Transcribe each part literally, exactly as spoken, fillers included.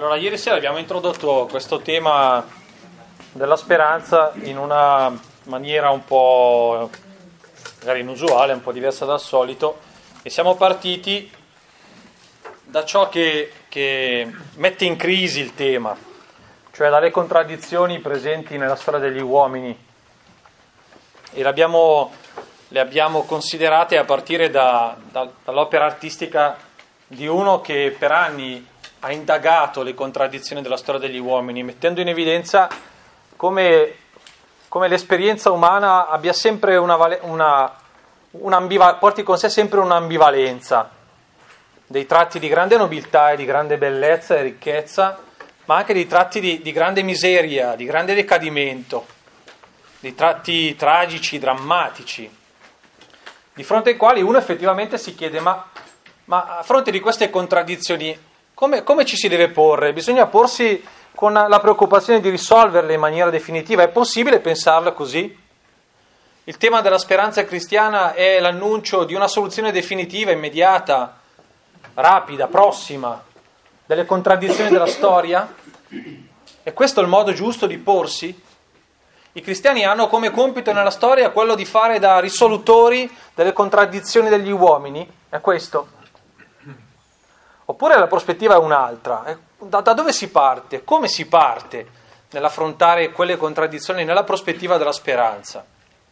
Allora, ieri sera abbiamo introdotto questo tema della speranza in una maniera un po' magari inusuale, un po' diversa dal solito, e siamo partiti da ciò che, che mette in crisi il tema, cioè dalle contraddizioni presenti nella storia degli uomini, e le abbiamo, le abbiamo considerate a partire da, da, dall'opera artistica di uno che per anni ha indagato le contraddizioni della storia degli uomini, mettendo in evidenza come, come l'esperienza umana abbia sempre una, una, una porti con sé sempre un'ambivalenza, dei tratti di grande nobiltà e di grande bellezza e ricchezza, ma anche dei tratti di, di grande miseria, di grande decadimento, dei tratti tragici, drammatici, di fronte ai quali uno effettivamente si chiede, ma, ma a fronte di queste contraddizioni Come, come ci si deve porre? Bisogna porsi con la preoccupazione di risolverle in maniera definitiva. È possibile pensarlo così? Il tema della speranza cristiana è l'annuncio di una soluzione definitiva, immediata, rapida, prossima, delle contraddizioni della storia? È questo il modo giusto di porsi? I cristiani hanno come compito nella storia quello di fare da risolutori delle contraddizioni degli uomini? È questo? Oppure la prospettiva è un'altra? Da, da dove si parte? Come si parte nell'affrontare quelle contraddizioni nella prospettiva della speranza?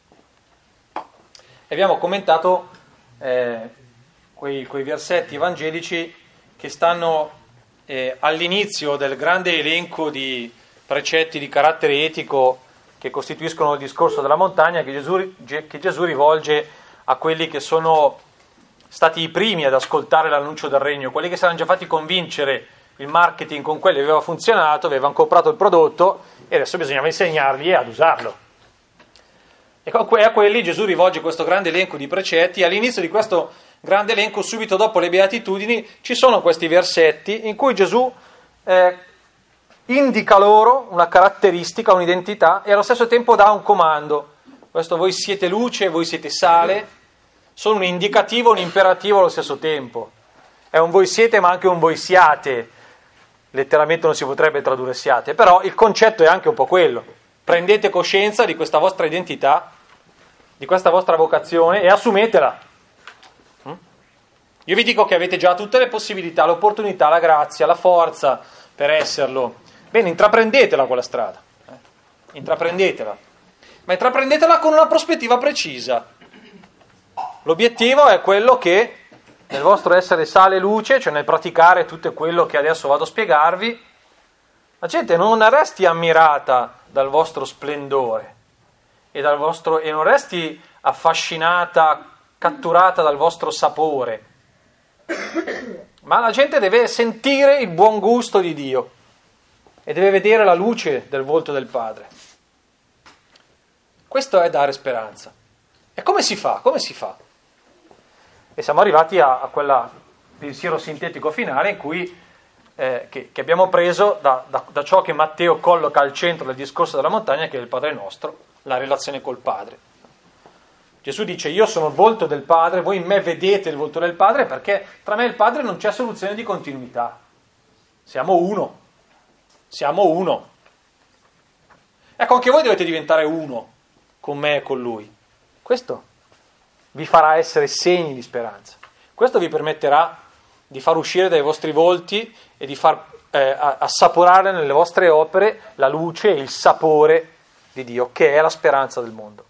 E abbiamo commentato eh, quei, quei versetti evangelici che stanno eh, all'inizio del grande elenco di precetti di carattere etico che costituiscono il discorso della montagna che Gesù, che Gesù rivolge a quelli che sono stati i primi ad ascoltare l'annuncio del regno, quelli che si erano già fatti convincere il marketing con quelli aveva funzionato, avevano comprato il prodotto e adesso bisognava insegnargli ad usarlo. E a quelli Gesù rivolge questo grande elenco di precetti. All'inizio di questo grande elenco, subito dopo le beatitudini, ci sono questi versetti in cui Gesù eh, indica loro una caratteristica, un'identità e allo stesso tempo dà un comando. Questo: voi siete luce, voi siete sale. Sono un indicativo e un imperativo allo stesso tempo. È un voi siete ma anche un voi siate. Letteralmente non si potrebbe tradurre siate, però il concetto è anche un po' quello. Prendete coscienza di questa vostra identità, di questa vostra vocazione e assumetela. Io vi dico che avete già tutte le possibilità, l'opportunità, la grazia, la forza per esserlo. Bene, intraprendetela quella strada. Eh? Intraprendetela. Ma intraprendetela con una prospettiva precisa. L'obiettivo è quello che nel vostro essere sale e luce, cioè nel praticare tutto quello che adesso vado a spiegarvi, la gente non resti ammirata dal vostro splendore e, dal vostro, e non resti affascinata, catturata dal vostro sapore, ma la gente deve sentire il buon gusto di Dio e deve vedere la luce del volto del Padre. Questo è dare speranza. E come si fa? Come si fa? E siamo arrivati a, a quel pensiero sintetico finale in cui eh, che, che abbiamo preso da, da, da ciò che Matteo colloca al centro del discorso della montagna, che è il Padre nostro, la relazione col Padre. Gesù dice: io sono il volto del Padre, voi in me vedete il volto del Padre, perché tra me e il Padre non c'è soluzione di continuità. Siamo uno. Siamo uno. Ecco, anche voi dovete diventare uno con me e con Lui. Questo vi farà essere segni di speranza. Questo vi permetterà di far uscire dai vostri volti e di far eh, assaporare nelle vostre opere la luce e il sapore di Dio, che è la speranza del mondo.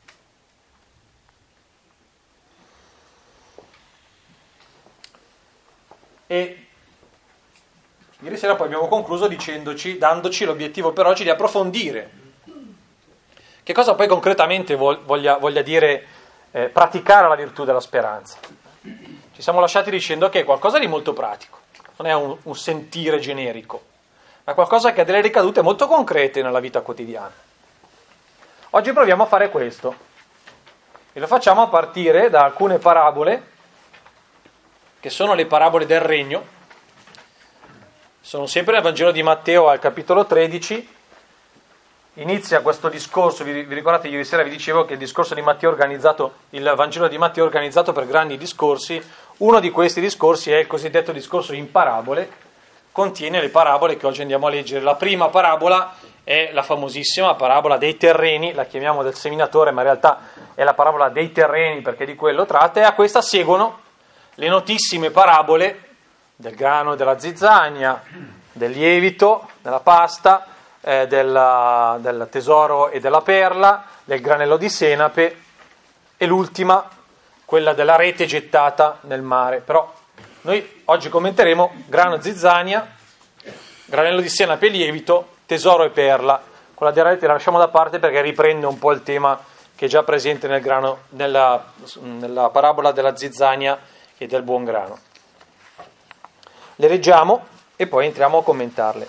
E ieri sera poi abbiamo concluso dicendoci, dandoci l'obiettivo per oggi di approfondire che cosa poi concretamente voglia, voglia dire eh, praticare la virtù della speranza. Ci siamo lasciati dicendo che è qualcosa di molto pratico, non è un, un sentire generico, ma qualcosa che ha delle ricadute molto concrete nella vita quotidiana. Oggi proviamo a fare questo e lo facciamo a partire da alcune parabole che sono le parabole del regno. Sono sempre nel Vangelo di Matteo al capitolo tredici. Inizia questo discorso, vi, vi ricordate ieri sera vi dicevo che il discorso di Matteo organizzato, il Vangelo di Matteo è organizzato per grandi discorsi. Uno di questi discorsi è il cosiddetto discorso in parabole, contiene le parabole che oggi andiamo a leggere. La prima parabola è la famosissima parabola dei terreni, la chiamiamo del seminatore, ma in realtà è la parabola dei terreni perché di quello tratta, e a questa seguono le notissime parabole del grano e della zizzania, del lievito, della pasta, eh, della, del tesoro e della perla, del granello di senape, e l'ultima, quella della rete gettata nel mare. Però noi oggi commenteremo grano, zizzania, granello di senape e lievito, tesoro e perla. Quella della rete la lasciamo da parte perché riprende un po' il tema che è già presente nel grano, nella, nella parabola della zizzania e del buon grano. Le leggiamo e poi entriamo a commentarle.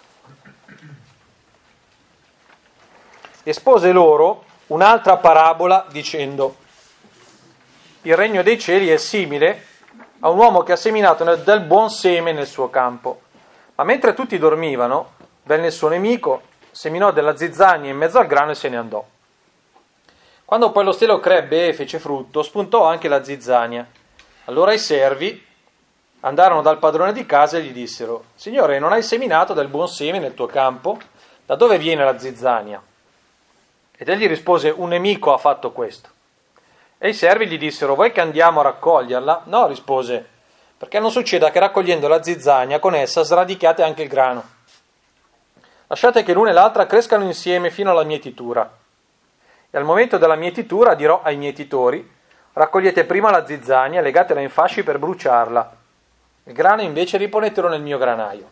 Espose loro un'altra parabola dicendo: il regno dei cieli è simile a un uomo che ha seminato nel, del buon seme nel suo campo. Ma mentre tutti dormivano, venne il suo nemico, seminò della zizzania in mezzo al grano e se ne andò. Quando poi lo stelo crebbe e fece frutto, spuntò anche la zizzania. Allora i servi andarono dal padrone di casa e gli dissero: Signore, non hai seminato del buon seme nel tuo campo? Da dove viene la zizzania? Ed egli rispose: un nemico ha fatto questo. E i servi gli dissero: vuoi che andiamo a raccoglierla? No, rispose, perché non succeda che raccogliendo la zizzania con essa sradichiate anche il grano. Lasciate che l'una e l'altra crescano insieme fino alla mietitura. E al momento della mietitura dirò ai mietitori: raccogliete prima la zizzania, legatela in fasci per bruciarla. Il grano invece riponetelo nel mio granaio.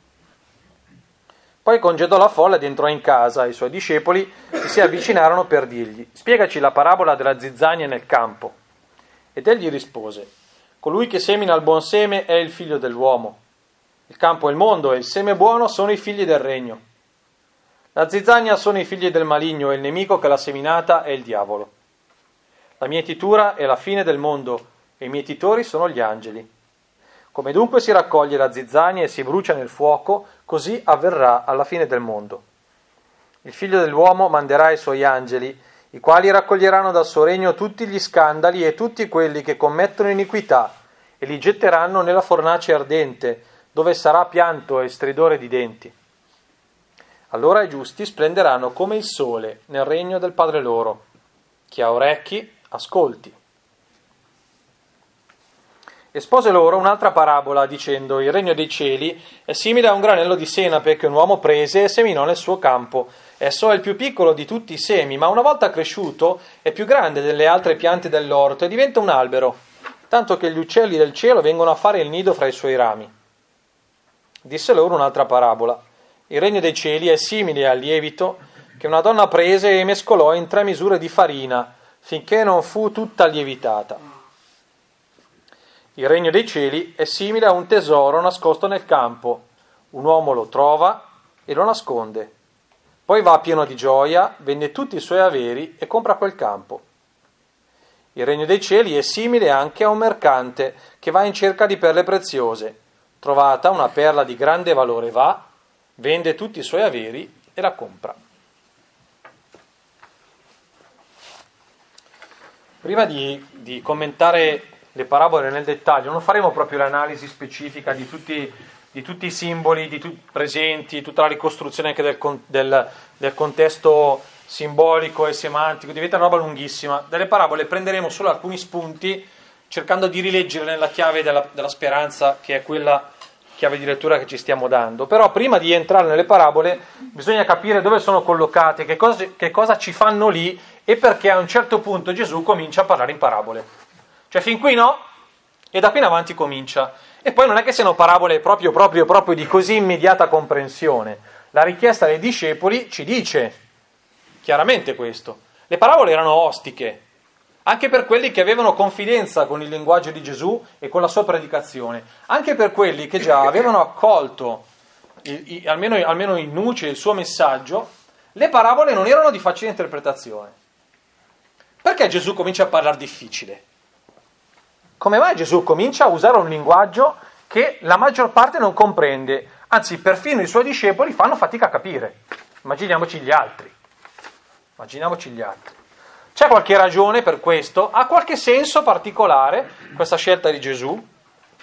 Poi congedò la folla ed entrò in casa. I suoi discepoli si avvicinarono per dirgli: spiegaci la parabola della zizzania nel campo. Ed egli rispose: colui che semina il buon seme è il figlio dell'uomo. Il campo è il mondo e il seme buono sono i figli del regno. La zizzania sono i figli del maligno e il nemico che l'ha seminata è il diavolo. La mietitura è la fine del mondo e i mietitori sono gli angeli. Come dunque si raccoglie la zizzania e si brucia nel fuoco, così avverrà alla fine del mondo. Il figlio dell'uomo manderà i suoi angeli, i quali raccoglieranno dal suo regno tutti gli scandali e tutti quelli che commettono iniquità e li getteranno nella fornace ardente, dove sarà pianto e stridore di denti. Allora i giusti splenderanno come il sole nel regno del Padre loro. Chi ha orecchi, ascolti. Espose loro un'altra parabola dicendo: il regno dei cieli è simile a un granello di senape che un uomo prese e seminò nel suo campo. Esso è il più piccolo di tutti i semi, ma una volta cresciuto è più grande delle altre piante dell'orto e diventa un albero, tanto che gli uccelli del cielo vengono a fare il nido fra i suoi rami. Disse loro un'altra parabola: il regno dei cieli è simile al lievito che una donna prese e mescolò in tre misure di farina, finché non fu tutta lievitata. Il regno dei cieli è simile a un tesoro nascosto nel campo. Un uomo lo trova e lo nasconde. Poi va pieno di gioia, vende tutti i suoi averi e compra quel campo. Il regno dei cieli è simile anche a un mercante che va in cerca di perle preziose. Trovata una perla di grande valore va, vende tutti i suoi averi e la compra. Prima di, di commentare le parabole nel dettaglio, non faremo proprio l'analisi specifica di tutti, di tutti i simboli di tu, presenti, tutta la ricostruzione anche del, del, del contesto simbolico e semantico, diventa una roba lunghissima. Delle parabole prenderemo solo alcuni spunti, cercando di rileggere nella chiave della, della speranza, che è quella chiave di lettura che ci stiamo dando. Però prima di entrare nelle parabole bisogna capire dove sono collocate, che cosa, che cosa ci fanno lì e perché a un certo punto Gesù comincia a parlare in parabole. Cioè fin qui no, e da qui in avanti comincia. E poi non è che siano parabole proprio, proprio, proprio di così immediata comprensione. La richiesta dei discepoli ci dice chiaramente questo. Le parabole erano ostiche, anche per quelli che avevano confidenza con il linguaggio di Gesù e con la sua predicazione, anche per quelli che già avevano accolto, il, il, almeno, almeno in nuce, il suo messaggio. Le parabole non erano di facile interpretazione. Perché Gesù comincia a parlare difficile? Come mai Gesù comincia a usare un linguaggio che la maggior parte non comprende? Anzi, perfino i suoi discepoli fanno fatica a capire. Immaginiamoci gli altri. Immaginiamoci gli altri. C'è qualche ragione per questo? Ha qualche senso particolare questa scelta di Gesù?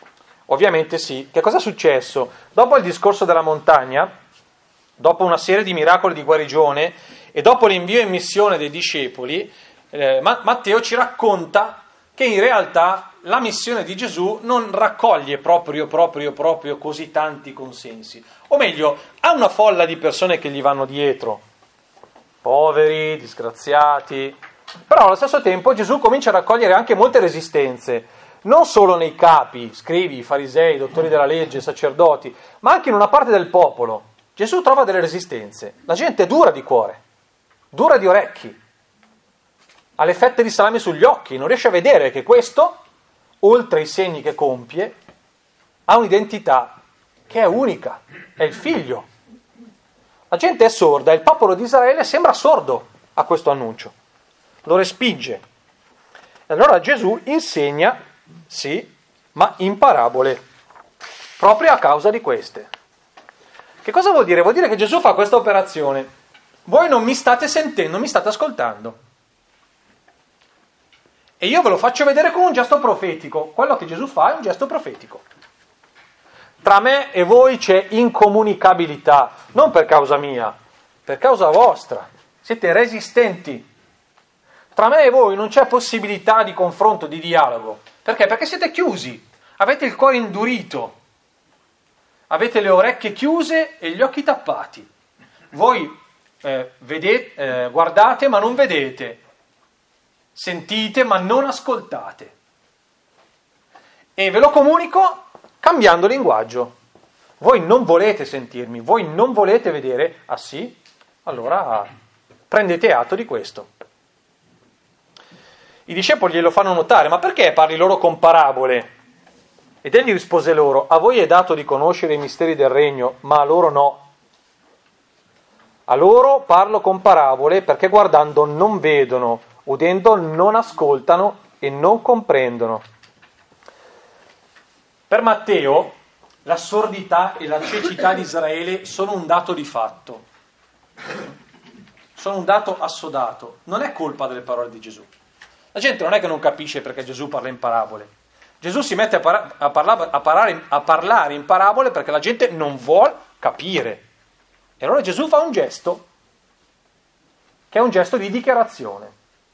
Ovviamente sì. Che cosa è successo? Dopo il discorso della montagna, dopo una serie di miracoli di guarigione e dopo l'invio in missione dei discepoli, eh, Matteo ci racconta che in realtà la missione di Gesù non raccoglie proprio, proprio, proprio così tanti consensi. O meglio, ha una folla di persone che gli vanno dietro, poveri, disgraziati, però allo stesso tempo Gesù comincia a raccogliere anche molte resistenze, non solo nei capi, scribi, farisei, dottori della legge, sacerdoti, ma anche in una parte del popolo. Gesù trova delle resistenze, la gente è dura di cuore, dura di orecchi, ha le fette di salame sugli occhi, non riesce a vedere che questo, oltre i segni che compie, ha un'identità che è unica, è il figlio. La gente è sorda, il popolo di Israele sembra sordo a questo annuncio, lo respinge. E allora Gesù insegna, sì, ma in parabole, proprio a causa di queste. Che cosa vuol dire? Vuol dire che Gesù fa questa operazione. Voi non mi state sentendo, non mi state ascoltando. E io ve lo faccio vedere con un gesto profetico. Quello che Gesù fa è un gesto profetico. Tra me e voi c'è incomunicabilità, non per causa mia, per causa vostra. Siete resistenti. Tra me e voi non c'è possibilità di confronto, di dialogo. Perché? Perché siete chiusi, avete il cuore indurito, avete le orecchie chiuse e gli occhi tappati. Voi eh, vedete, eh, guardate ma non vedete. Sentite ma non ascoltate. E ve lo comunico cambiando linguaggio. Voi non volete sentirmi, voi non volete vedere. Ah sì? Allora prendete atto di questo. I discepoli glielo fanno notare, ma perché parli loro con parabole? Ed egli rispose loro, a voi è dato di conoscere i misteri del regno, ma a loro no. A loro parlo con parabole perché guardando non vedono, udendo non ascoltano e non comprendono. Per Matteo la sordità e la cecità di Israele sono un dato di fatto, sono un dato assodato, non è colpa delle parole di Gesù. La gente non è che non capisce perché Gesù parla in parabole. Gesù si mette a, par- a, parla- a, parlare, a parlare in parabole perché la gente non vuol capire. E allora Gesù fa un gesto, che è un gesto di dichiarazione.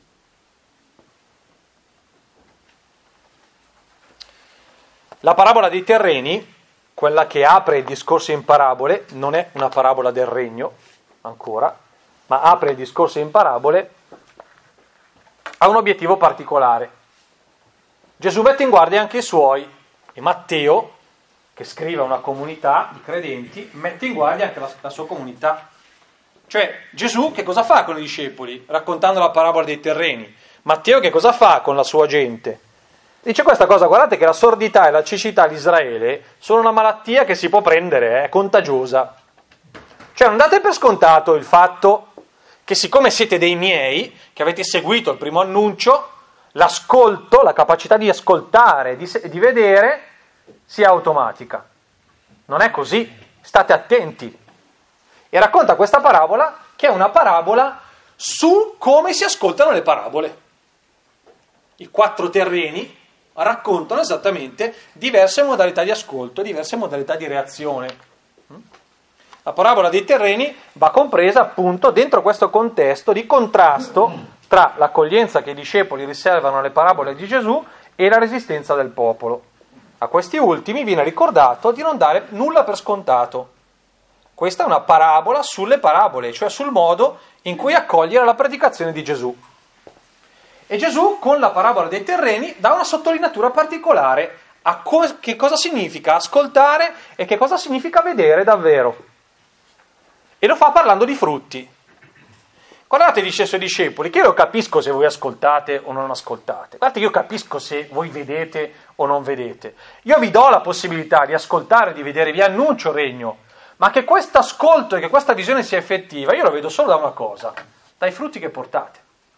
La parabola dei terreni, quella che apre il discorso in parabole, non è una parabola del regno, ancora, ma apre il discorso in parabole, ha un obiettivo particolare. Gesù mette in guardia anche i suoi, e Matteo, che scrive a una comunità di credenti, mette in guardia anche la, la sua comunità. Cioè, Gesù che cosa fa con i discepoli, raccontando la parabola dei terreni? Matteo che cosa fa con la sua gente? Dice questa cosa, guardate che la sordità e la cecità di Israele sono una malattia che si può prendere, è contagiosa. Cioè non date per scontato il fatto che siccome siete dei miei, che avete seguito il primo annuncio, l'ascolto, la capacità di ascoltare, di, di vedere, sia automatica. Non è così, state attenti. E racconta questa parabola, che è una parabola su come si ascoltano le parabole. I quattro terreni raccontano esattamente diverse modalità di ascolto, diverse modalità di reazione. La parabola dei terreni va compresa appunto dentro questo contesto di contrasto tra l'accoglienza che i discepoli riservano alle parabole di Gesù e la resistenza del popolo. A questi ultimi viene ricordato di non dare nulla per scontato. Questa è una parabola sulle parabole, cioè sul modo in cui accogliere la predicazione di Gesù. E Gesù, con la parabola dei terreni, dà una sottolineatura particolare a co- che cosa significa ascoltare e che cosa significa vedere davvero. E lo fa parlando di frutti. Guardate, dice ai suoi discepoli, che io lo capisco se voi ascoltate o non ascoltate. Guardate, io capisco se voi vedete o non vedete. Io vi do la possibilità di ascoltare, di vedere, vi annuncio il regno. Ma che questo ascolto e che questa visione sia effettiva, io lo vedo solo da una cosa, dai frutti che portate.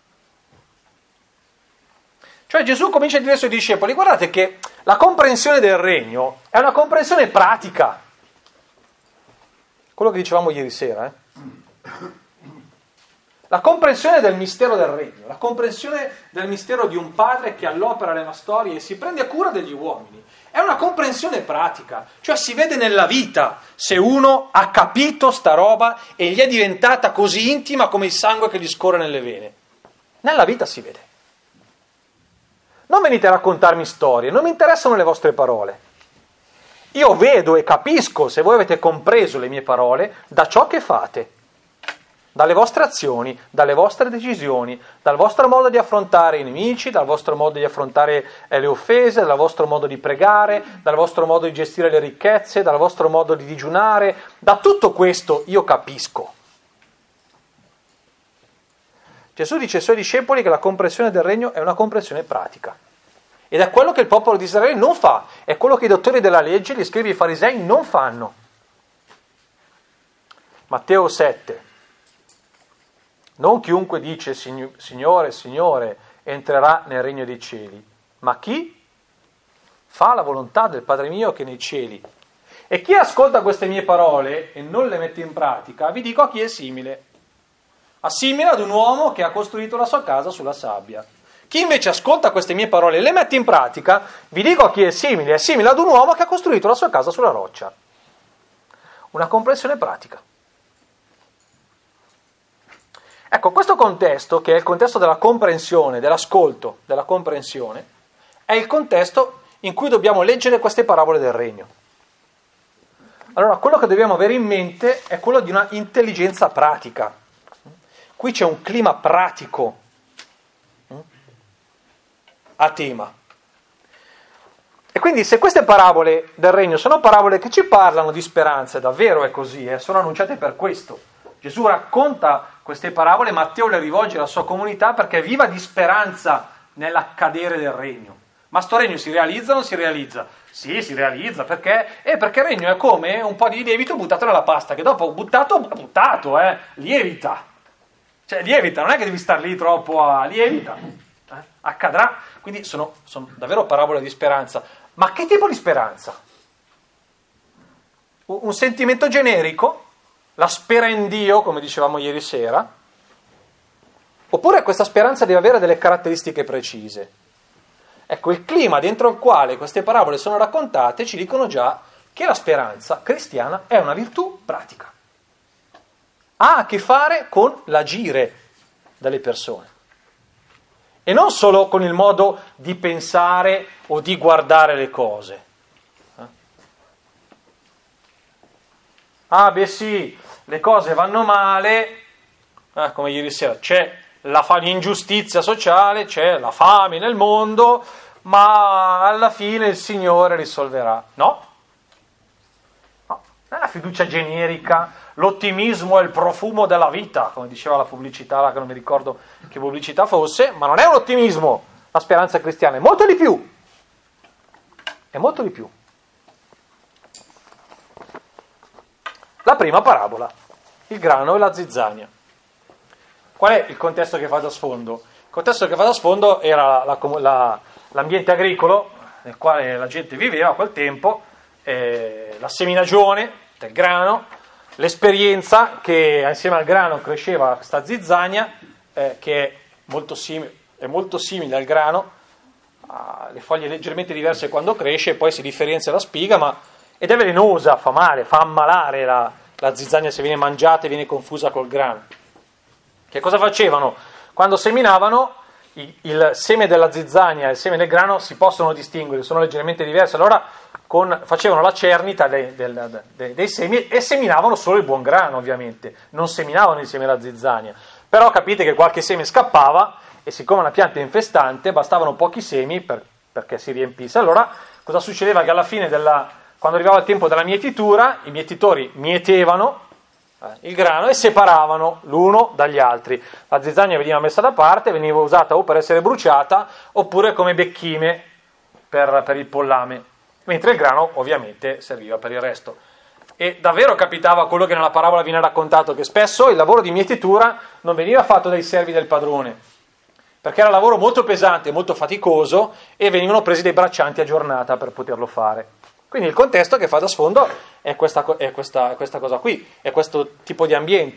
Cioè Gesù comincia a dire ai suoi discepoli, guardate che la comprensione del regno è una comprensione pratica. Quello che dicevamo ieri sera, eh? La comprensione del mistero del regno, la comprensione del mistero di un padre che all'opera nella storia e si prende cura degli uomini, è una comprensione pratica, cioè si vede nella vita se uno ha capito sta roba e gli è diventata così intima come il sangue che gli scorre nelle vene. Nella vita si vede. Non venite a raccontarmi storie, non mi interessano le vostre parole. Io vedo e capisco se voi avete compreso le mie parole da ciò che fate. Dalle vostre azioni, dalle vostre decisioni, dal vostro modo di affrontare i nemici, dal vostro modo di affrontare eh, le offese, dal vostro modo di pregare, dal vostro modo di gestire le ricchezze, dal vostro modo di digiunare. Da tutto questo io capisco. Gesù dice ai suoi discepoli che la comprensione del regno è una comprensione pratica. Ed è quello che il popolo di Israele non fa, è quello che i dottori della legge, gli scribi e i farisei non fanno. Matteo sette. Non chiunque dice Signore, Signore, entrerà nel regno dei cieli, ma chi fa la volontà del Padre mio che è nei cieli. E chi ascolta queste mie parole e non le mette in pratica, vi dico a chi è simile. Assimile ad un uomo che ha costruito la sua casa sulla sabbia. Chi invece ascolta queste mie parole e le mette in pratica, vi dico a chi è simile, è simile ad un uomo che ha costruito la sua casa sulla roccia. Una comprensione pratica. Ecco, questo contesto, che è il contesto della comprensione, dell'ascolto, della comprensione, è il contesto in cui dobbiamo leggere queste parabole del regno. Allora, quello che dobbiamo avere in mente è quello di una intelligenza pratica. Qui c'è un clima pratico a tema. E quindi se queste parabole del regno sono parabole che ci parlano di speranza, davvero è così, eh, sono annunciate per questo. Gesù racconta queste parabole, Matteo le rivolge alla sua comunità perché è viva di speranza nell'accadere del regno. Ma sto regno si realizza o non si realizza? Sì, si realizza, perché? Eh, perché il regno è come un po' di lievito buttato nella pasta, che dopo buttato, buttato, eh, lievita. Cioè lievita, non è che devi star lì troppo a lievita, eh, accadrà. Quindi sono, sono davvero parabole di speranza. Ma che tipo di speranza? Un, un sentimento generico? La spera in Dio, come dicevamo ieri sera? Oppure questa speranza deve avere delle caratteristiche precise? Ecco, il clima dentro il quale queste parabole sono raccontate ci dicono già che la speranza cristiana è una virtù pratica. Ha a che fare con l'agire delle persone. E non solo con il modo di pensare o di guardare le cose. Ah, beh sì, le cose vanno male, eh, come ieri sera, c'è la fa- l'ingiustizia sociale, c'è la fame nel mondo, ma alla fine il Signore risolverà. No? No, non è la fiducia generica, l'ottimismo è il profumo della vita, come diceva la pubblicità, là, che non mi ricordo che pubblicità fosse, ma non è un ottimismo la speranza cristiana, è molto di più. È molto di più. La prima parabola, il grano e la zizzania. Qual è il contesto che fa da sfondo? Il contesto che fa da sfondo era la, la, l'ambiente agricolo nel quale la gente viveva a quel tempo, eh, la seminagione del grano, l'esperienza che insieme al grano cresceva questa zizzania, eh, che è molto, simile, è molto simile al grano, ha le foglie leggermente diverse quando cresce, poi si differenzia la spiga, ma ed è velenosa, fa male, fa ammalare la, la zizzania se viene mangiata e viene confusa col grano. Che cosa facevano? Quando seminavano, il, il seme della zizzania e il seme del grano si possono distinguere, sono leggermente diversi, allora con, facevano la cernita dei, del, dei, dei semi e seminavano solo il buon grano, ovviamente, non seminavano il seme della zizzania. Però capite che qualche seme scappava e siccome una pianta è infestante bastavano pochi semi per, perché si riempisse. Allora cosa succedeva? Che alla fine della quando arrivava il tempo della mietitura, i mietitori mietevano eh, il grano e separavano l'uno dagli altri. La zizzania veniva messa da parte, veniva usata o per essere bruciata oppure come becchime per, per il pollame, mentre il grano ovviamente serviva per il resto. E davvero capitava quello che nella parabola viene raccontato, che spesso il lavoro di mietitura non veniva fatto dai servi del padrone, perché era un lavoro molto pesante, molto faticoso e venivano presi dei braccianti a giornata per poterlo fare. Quindi il contesto che fa da sfondo è questa, è questa, è questa cosa qui, è questo tipo di ambiente.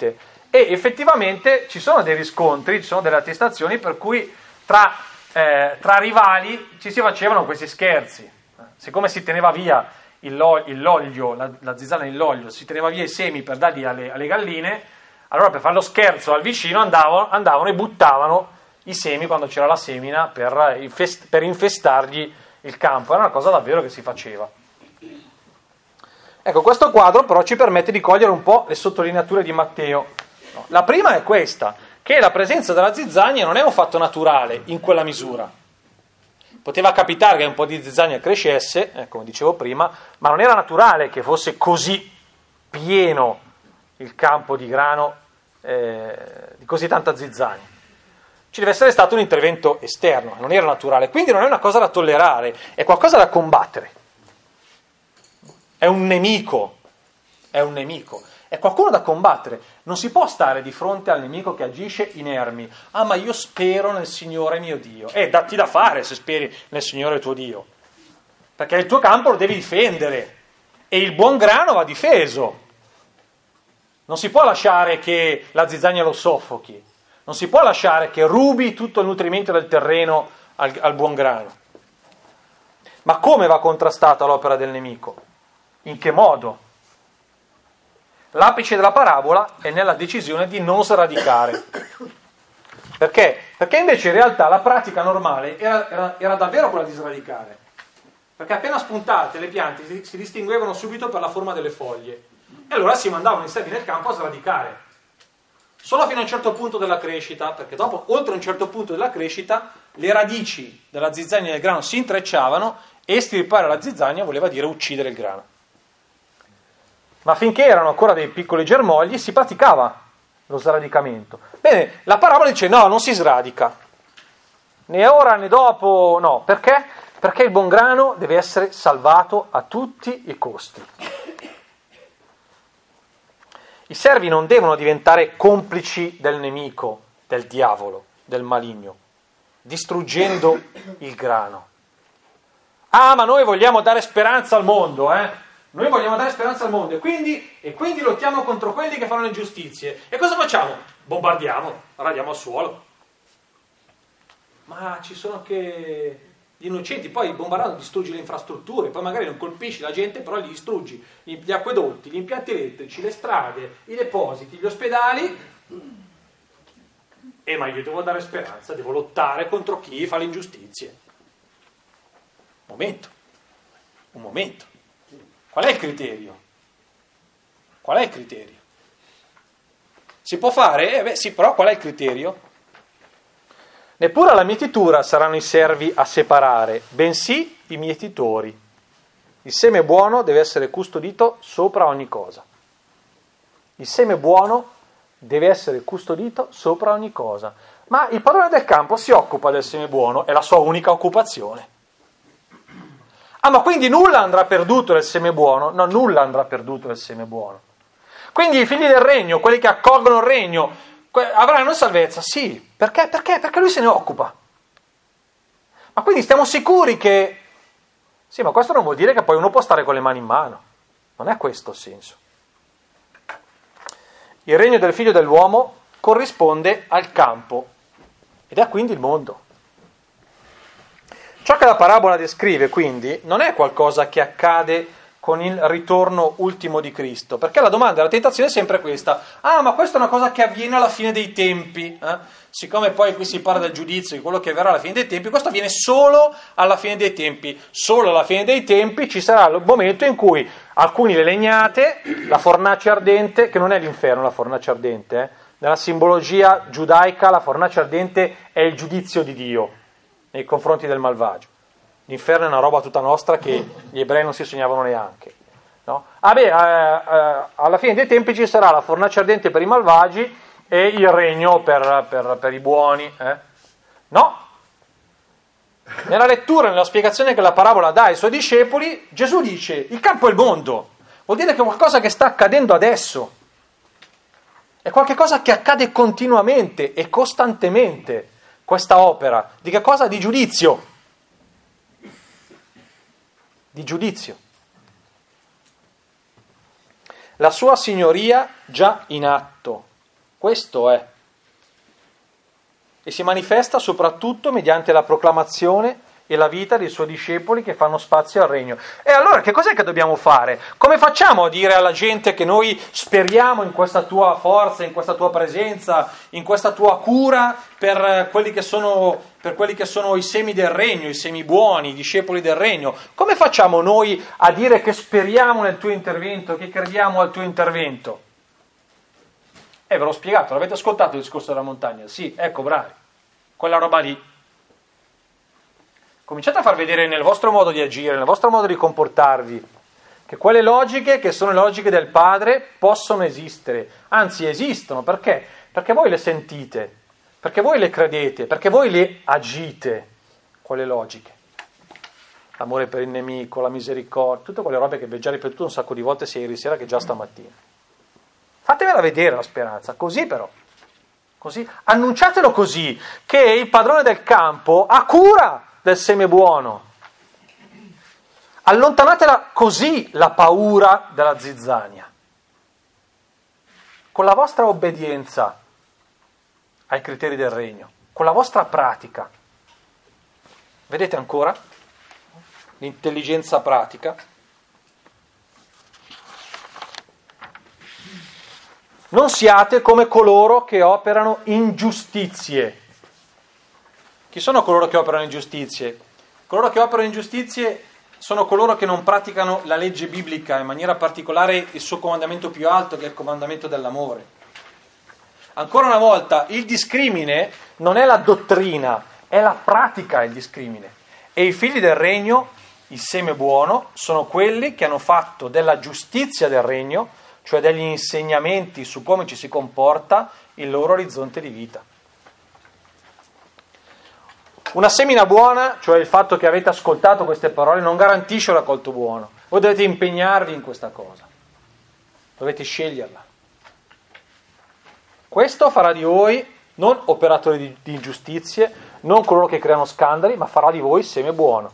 E effettivamente ci sono dei riscontri, ci sono delle attestazioni per cui tra, eh, tra rivali ci si facevano questi scherzi. Siccome si teneva via il, il, l'olio, la, la zizzania nell'olio, si teneva via i semi per darli alle, alle galline, allora per fare lo scherzo al vicino andavano, andavano e buttavano i semi quando c'era la semina per, infest, per infestargli il campo. Era una cosa davvero che si faceva. Ecco, questo quadro però ci permette di cogliere un po' le sottolineature di Matteo. La prima è questa, che la presenza della zizzania non è un fatto naturale in quella misura. Poteva capitare che un po' di zizzania crescesse, eh, come dicevo prima, ma non era naturale che fosse così pieno il campo di grano, eh, di così tanta zizzania. Ci deve essere stato un intervento esterno, non era naturale, quindi non è una cosa da tollerare, è qualcosa da combattere. È un nemico, è un nemico, è qualcuno da combattere. Non si può stare di fronte al nemico che agisce inermi. Ah, ma io spero nel Signore mio Dio. Eh, datti da fare se speri nel Signore tuo Dio, perché il tuo campo lo devi difendere e il buon grano va difeso. Non si può lasciare che la zizzania lo soffochi, non si può lasciare che rubi tutto il nutrimento del terreno al, al buon grano. Ma come va contrastata l'opera del nemico? In che modo? L'apice della parabola è nella decisione di non sradicare. Perché? Perché invece in realtà la pratica normale era, era, era davvero quella di sradicare. Perché appena spuntate le piante si, si distinguevano subito per la forma delle foglie. E allora si mandavano i semi nel campo a sradicare. Solo fino a un certo punto della crescita, perché dopo, oltre un certo punto della crescita, le radici della zizzania del grano si intrecciavano e estirpare la zizzania voleva dire uccidere il grano. Ma finché erano ancora dei piccoli germogli si praticava lo sradicamento. Bene, la parabola dice no, non si sradica, né ora né dopo, no. Perché? Perché il buon grano deve essere salvato a tutti i costi. I servi non devono diventare complici del nemico, del diavolo, del maligno, distruggendo il grano. Ah, ma noi vogliamo dare speranza al mondo, eh? Noi vogliamo dare speranza al mondo e quindi, e quindi lottiamo contro quelli che fanno le ingiustizie. E cosa facciamo? Bombardiamo, radiamo al suolo. Ma ci sono anche gli innocenti, poi bombardando distruggi le infrastrutture, poi magari non colpisci la gente, però li distruggi. Gli acquedotti, gli impianti elettrici, le strade, i depositi, gli ospedali. E ma io devo dare speranza, devo lottare contro chi fa le ingiustizie. Un momento, un momento. Qual è il criterio? Qual è il criterio? Si può fare? Eh beh sì, però qual è il criterio? Neppure alla mietitura saranno i servi a separare, bensì i mietitori. Il seme buono deve essere custodito sopra ogni cosa. Il seme buono deve essere custodito sopra ogni cosa. Ma il padrone del campo si occupa del seme buono, è la sua unica occupazione. Ah, ma quindi nulla andrà perduto del seme buono? No, nulla andrà perduto del seme buono. Quindi i figli del regno, quelli che accolgono il regno, avranno salvezza? Sì. Perché? Perché? Perché lui se ne occupa. Ma quindi stiamo sicuri che... Sì, ma questo non vuol dire che poi uno può stare con le mani in mano. Non è questo il senso. Il regno del figlio dell'uomo corrisponde al campo ed è quindi il mondo. Ciò che la parabola descrive, quindi, non è qualcosa che accade con il ritorno ultimo di Cristo, perché la domanda della tentazione è sempre questa: ah, ma questa è una cosa che avviene alla fine dei tempi, eh? Siccome poi qui si parla del giudizio, di quello che avverrà alla fine dei tempi, questo avviene solo alla fine dei tempi. Solo alla fine dei tempi ci sarà il momento in cui alcuni le legnate, la fornace ardente, che non è l'inferno la fornace ardente, eh? Nella simbologia giudaica la fornace ardente è il giudizio di Dio nei confronti del malvagio. L'inferno è una roba tutta nostra che gli ebrei non si sognavano neanche, no? Ah beh, eh, eh, alla fine dei tempi ci sarà la fornace ardente per i malvagi e il regno per, per, per i buoni, eh? No. Nella lettura, nella spiegazione che la parabola dà ai suoi discepoli, Gesù dice: il campo è il mondo. Vuol dire che è qualcosa che sta accadendo adesso. È qualcosa che accade continuamente e costantemente. Questa opera di che cosa? Di giudizio. Di giudizio. La sua signoria già in atto. Questo è. E si manifesta soprattutto mediante la proclamazione e la vita dei suoi discepoli che fanno spazio al regno. E allora che cos'è che dobbiamo fare? Come facciamo a dire alla gente che noi speriamo in questa tua forza, in questa tua presenza, in questa tua cura per quelli che sono, per quelli che sono i semi del regno, i semi buoni, i discepoli del regno? Come facciamo noi a dire che speriamo nel tuo intervento, che crediamo al tuo intervento? Eh, ve l'ho spiegato, l'avete ascoltato il discorso della montagna? Sì, ecco, bravi. Quella roba lì. Cominciate a far vedere nel vostro modo di agire, nel vostro modo di comportarvi, che quelle logiche, che sono le logiche del Padre, possono esistere. Anzi, esistono. Perché? Perché voi le sentite, perché voi le credete, perché voi le agite, quelle logiche. L'amore per il nemico, la misericordia, tutte quelle robe che vi ho già ripetuto un sacco di volte sia ieri sera che già stamattina. Fatevela vedere la speranza, così però. Così. Annunciatelo così, che il padrone del campo ha cura del seme buono. Allontanatela così la paura della zizzania. Con la vostra obbedienza ai criteri del regno, con la vostra pratica. Vedete ancora? L'intelligenza pratica. Non siate come coloro che operano ingiustizie. Chi sono coloro che operano ingiustizie? Coloro che operano ingiustizie sono coloro che non praticano la legge biblica, in maniera particolare il suo comandamento più alto, che è il comandamento dell'amore. Ancora una volta, il discrimine non è la dottrina, è la pratica il discrimine. E i figli del regno, il seme buono, sono quelli che hanno fatto della giustizia del regno, cioè degli insegnamenti su come ci si comporta, il loro orizzonte di vita. Una semina buona, cioè il fatto che avete ascoltato queste parole, non garantisce un raccolto buono. Voi dovete impegnarvi in questa cosa, dovete sceglierla. Questo farà di voi non operatori di, di ingiustizie, non coloro che creano scandali, ma farà di voi seme buono.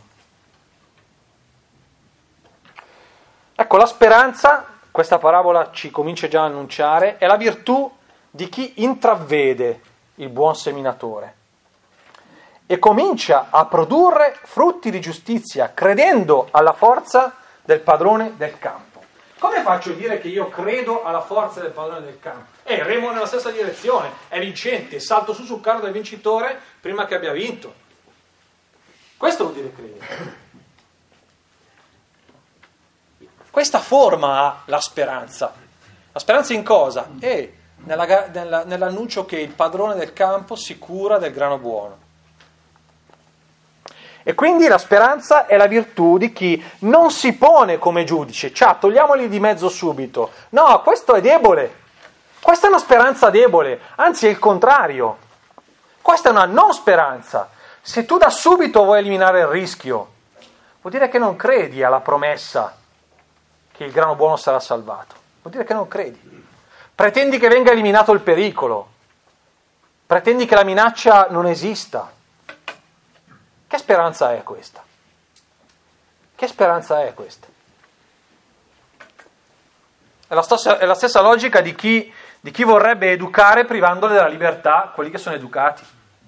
Ecco, la speranza, questa parabola ci comincia già a annunciare, è la virtù di chi intravede il buon seminatore e comincia a produrre frutti di giustizia, credendo alla forza del padrone del campo. Come faccio a dire che io credo alla forza del padrone del campo? Eh, remo nella stessa direzione, è vincente, salto su sul carro del vincitore prima che abbia vinto. Questo vuol dire credere. Questa forma ha la speranza. La speranza in cosa? È nella, nella, nell'annuncio che il padrone del campo si cura del grano buono. E quindi la speranza è la virtù di chi non si pone come giudice, cioè togliamoli di mezzo subito. No, questo è debole. Questa è una speranza debole, anzi è il contrario. Questa è una non speranza. Se tu da subito vuoi eliminare il rischio, vuol dire che non credi alla promessa che il grano buono sarà salvato. Vuol dire che non credi. Pretendi che venga eliminato il pericolo. Pretendi che la minaccia non esista. Che speranza è questa? Che speranza è questa? È la stessa, è la stessa logica di chi, di chi vorrebbe educare privandole della libertà quelli che sono educati.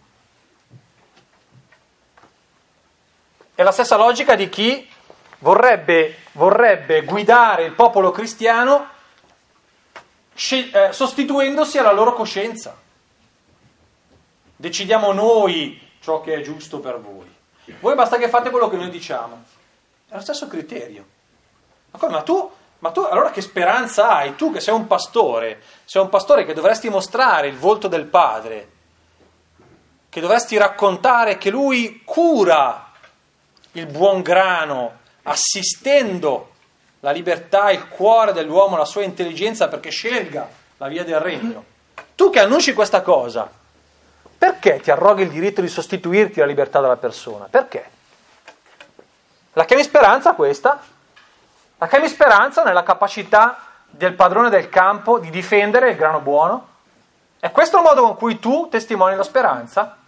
È la stessa logica di chi vorrebbe, vorrebbe guidare il popolo cristiano eh, sostituendosi alla loro coscienza. Decidiamo noi ciò che è giusto per voi. Voi basta che fate quello che noi diciamo. È lo stesso criterio. Ma come? Ma tu, ma tu allora che speranza hai? Tu che sei un pastore, sei un pastore che dovresti mostrare il volto del Padre, che dovresti raccontare che Lui cura il buon grano, assistendo la libertà, il cuore dell'uomo, la sua intelligenza perché scelga la via del regno. Tu che annunci questa cosa, perché ti arroghi il diritto di sostituirti alla libertà della persona? Perché? La chiami speranza questa? La chiami speranza nella capacità del padrone del campo di difendere il grano buono? È questo il modo con cui tu testimoni la speranza?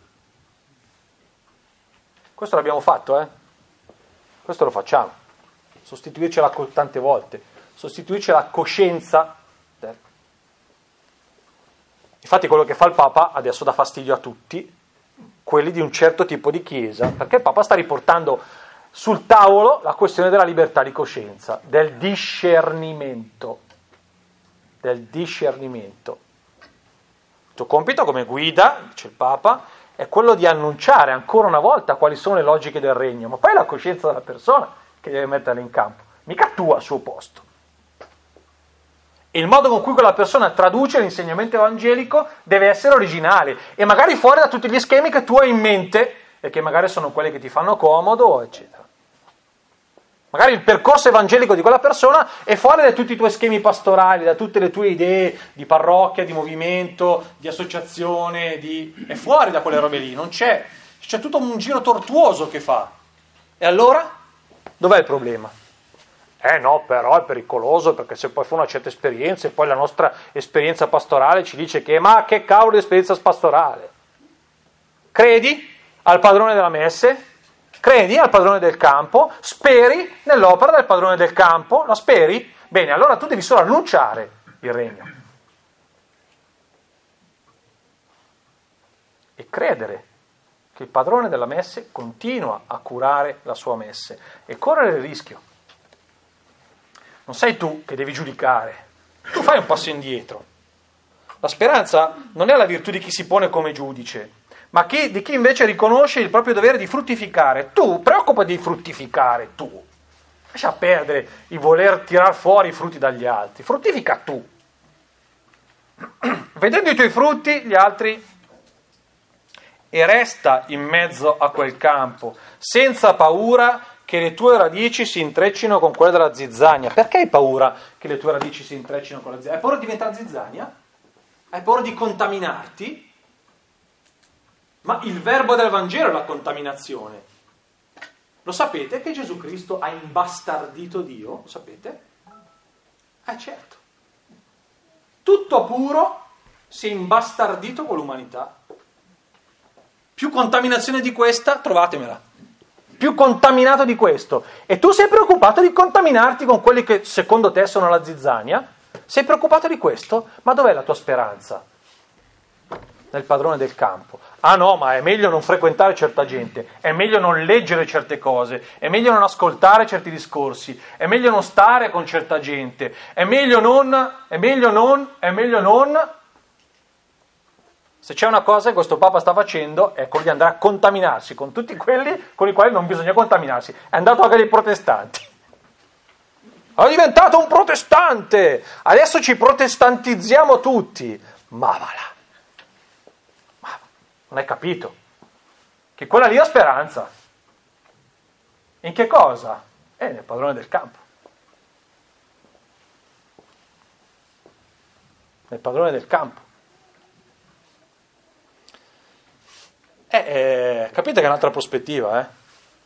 Questo l'abbiamo fatto, eh? Questo lo facciamo. Sostituircela tante volte. Sostituirci alla coscienza. Infatti quello che fa il Papa adesso dà fastidio a tutti, quelli di un certo tipo di chiesa, perché il Papa sta riportando sul tavolo la questione della libertà di coscienza, del discernimento, del discernimento. Il tuo compito come guida, dice il Papa, è quello di annunciare ancora una volta quali sono le logiche del regno, ma poi è la coscienza della persona che deve metterle in campo, mica tu al suo posto. E il modo con cui quella persona traduce l'insegnamento evangelico deve essere originale e magari fuori da tutti gli schemi che tu hai in mente e che magari sono quelli che ti fanno comodo, eccetera. Magari il percorso evangelico di quella persona è fuori da tutti i tuoi schemi pastorali, da tutte le tue idee di parrocchia, di movimento, di associazione, di... è fuori da quelle robe lì, non c'è, c'è tutto un giro tortuoso che fa. E allora? Dov'è il problema? Eh no, però è pericoloso perché se poi fa una certa esperienza e poi la nostra esperienza pastorale ci dice che ma che cavolo di esperienza pastorale? Credi al padrone della messe? Credi al padrone del campo? Speri nell'opera del padrone del campo? La speri? Bene, allora tu devi solo annunciare il regno e credere che il padrone della messe continua a curare la sua messe e correre il rischio. Non sei tu che devi giudicare, tu fai un passo indietro. La speranza non è la virtù di chi si pone come giudice, ma chi, di chi invece riconosce il proprio dovere di fruttificare. Tu preoccupati di fruttificare, tu. Lascia perdere il voler tirar fuori i frutti dagli altri, fruttifica tu. Vedendo i tuoi frutti, gli altri, e resta in mezzo a quel campo, senza paura che le tue radici si intreccino con quelle della zizzania. Perché hai paura che le tue radici si intreccino con la zizzania? Hai paura di diventare zizzania? Hai paura di contaminarti? Ma il verbo del Vangelo è la contaminazione. Lo sapete che Gesù Cristo ha imbastardito Dio? Lo sapete? Eh certo. Tutto puro si è imbastardito con l'umanità. Più contaminazione di questa, trovatemela. Più contaminato di questo. E tu sei preoccupato di contaminarti con quelli che secondo te sono la zizzania? Sei preoccupato di questo? Ma dov'è la tua speranza? Nel padrone del campo. Ah no, ma è meglio non frequentare certa gente, è meglio non leggere certe cose, è meglio non ascoltare certi discorsi, è meglio non stare con certa gente, è meglio non, è meglio non, è meglio non. Se c'è una cosa che questo Papa sta facendo è quello di andare a contaminarsi con tutti quelli con i quali non bisogna contaminarsi. È andato anche dei protestanti. È diventato un protestante! Adesso ci protestantizziamo tutti. Ma va là. Ma non hai capito? Che quella lì è la speranza. In che cosa? È nel padrone del campo. Nel padrone del campo. Eh, eh, capite che è un'altra prospettiva, eh?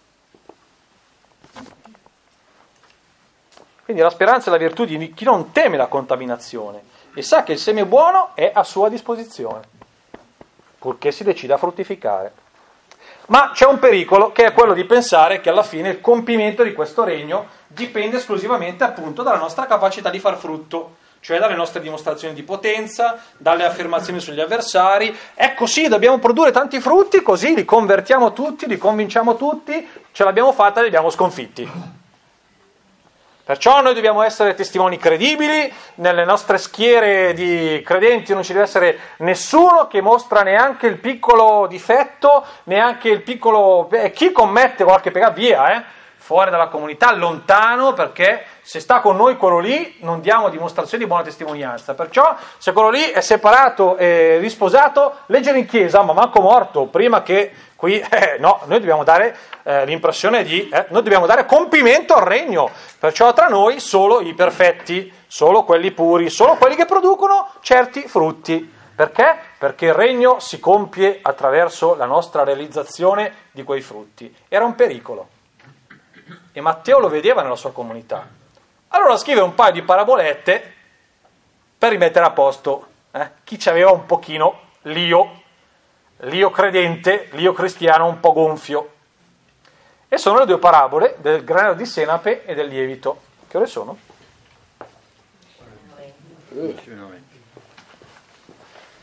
Quindi la speranza è la virtù di chi non teme la contaminazione e sa che il seme buono è a sua disposizione, purché si decida a fruttificare. Ma c'è un pericolo, che è quello di pensare che alla fine il compimento di questo regno dipende esclusivamente appunto dalla nostra capacità di far frutto, cioè dalle nostre dimostrazioni di potenza, dalle affermazioni sugli avversari. Ecco sì, dobbiamo produrre tanti frutti, così li convertiamo tutti, li convinciamo tutti, ce l'abbiamo fatta, li abbiamo sconfitti. Perciò noi dobbiamo essere testimoni credibili, nelle nostre schiere di credenti non ci deve essere nessuno che mostra neanche il piccolo difetto, neanche il piccolo... Eh, chi commette qualche peccato, via, eh, fuori dalla comunità, lontano, perché se sta con noi quello lì non diamo dimostrazioni di buona testimonianza. Perciò se quello lì è separato e risposato, leggere in chiesa, ma manco morto, prima che qui, eh, no, noi dobbiamo dare eh, l'impressione di, eh, noi dobbiamo dare compimento al regno, perciò tra noi solo i perfetti, solo quelli puri, solo quelli che producono certi frutti. Perché? Perché il regno si compie attraverso la nostra realizzazione di quei frutti. Era un pericolo. E Matteo lo vedeva nella sua comunità. Allora scrive un paio di parabolette per rimettere a posto eh, chi ci aveva un pochino l'io, l'io credente, l'io cristiano un po' gonfio. E sono le due parabole del grano di senape e del lievito. Che ore sono?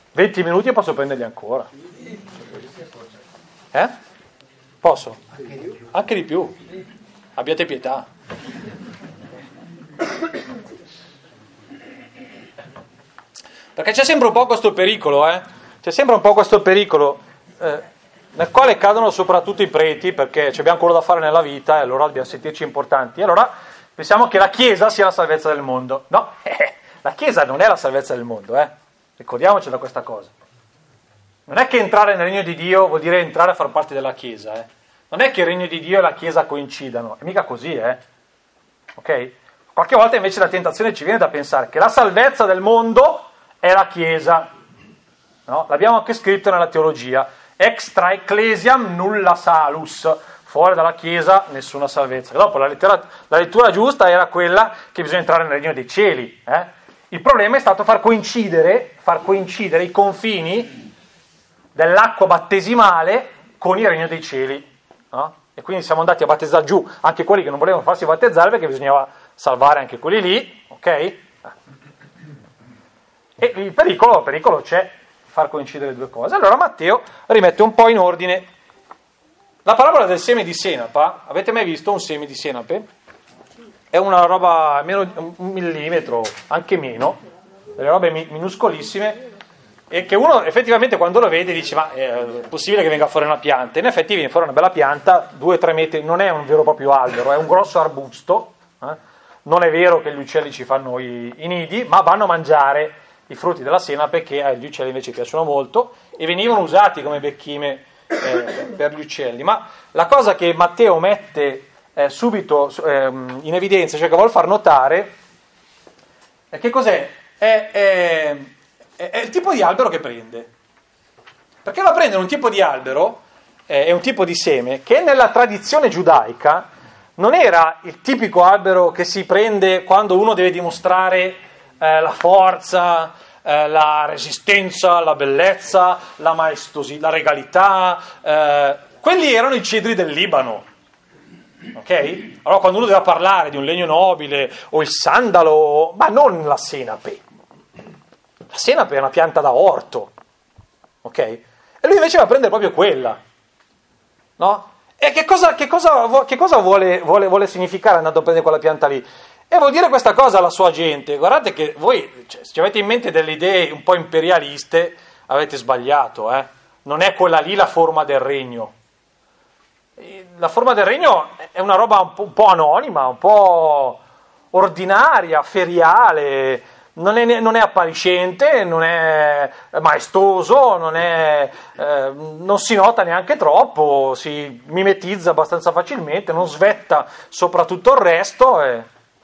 venti minuti e posso prenderli ancora. Eh? Posso? Anche di più. Abbiate pietà. Perché c'è sempre un po' questo pericolo, eh? C'è sempre un po' questo pericolo eh, nel quale cadono soprattutto i preti, perché abbiamo quello da fare nella vita e allora dobbiamo sentirci importanti. E allora pensiamo che la Chiesa sia la salvezza del mondo. No, eh, la Chiesa non è la salvezza del mondo, eh? Ricordiamoci da questa cosa. Non è che entrare nel regno di Dio vuol dire entrare a far parte della Chiesa, eh? Non è che il regno di Dio e la Chiesa coincidano, è mica così, eh? Ok? Qualche volta invece la tentazione ci viene da pensare che la salvezza del mondo è la Chiesa, no? L'abbiamo anche scritto nella teologia, extra ecclesiam nulla salus, fuori dalla Chiesa nessuna salvezza. Dopo la lettura, la lettura giusta era quella che bisogna entrare nel regno dei cieli, eh? Il problema è stato far coincidere, far coincidere i confini dell'acqua battesimale con il regno dei cieli, no? E quindi siamo andati a battezzare giù anche quelli che non volevano farsi battezzare perché bisognava salvare anche quelli lì, ok? E il pericolo, il pericolo c'è, far coincidere le due cose. Allora Matteo rimette un po' in ordine la parabola del seme di senape. Avete mai visto un seme di senape? È una roba meno un millimetro, anche meno, delle robe minuscolissime, e che uno effettivamente quando lo vede dice ma è possibile che venga fuori una pianta? In effetti viene fuori una bella pianta, due o tre metri, non è un vero e proprio albero, è un grosso arbusto, eh? Non è vero che gli uccelli ci fanno i, i nidi, ma vanno a mangiare i frutti della senape che agli uccelli invece piacciono molto e venivano usati come becchime eh, per gli uccelli. Ma la cosa che Matteo mette eh, subito eh, in evidenza, cioè che vuol far notare, è che cos'è? È, è, è il tipo di albero che prende. Perché va a prendere un tipo di albero eh, e un tipo di seme che nella tradizione giudaica non era il tipico albero che si prende quando uno deve dimostrare eh, la forza, eh, la resistenza, la bellezza, la maestosità, la regalità. Eh, quelli erano i cedri del Libano. Ok? Allora quando uno deve parlare di un legno nobile o il sandalo, ma non la senape. La senape è una pianta da orto. Ok? E lui invece va a prendere proprio quella. No? E che cosa, che cosa, che cosa vuole, vuole, vuole significare andando a prendere quella pianta lì? E vuol dire questa cosa alla sua gente: guardate che voi, cioè, se avete in mente delle idee un po' imperialiste, avete sbagliato, eh? Non è quella lì la forma del regno. La forma del regno è una roba un po', un po' anonima, un po' ordinaria, feriale, non è, non è appariscente, non è maestoso, non, è, eh, non si nota neanche troppo, si mimetizza abbastanza facilmente, non svetta sopra tutto il resto. E...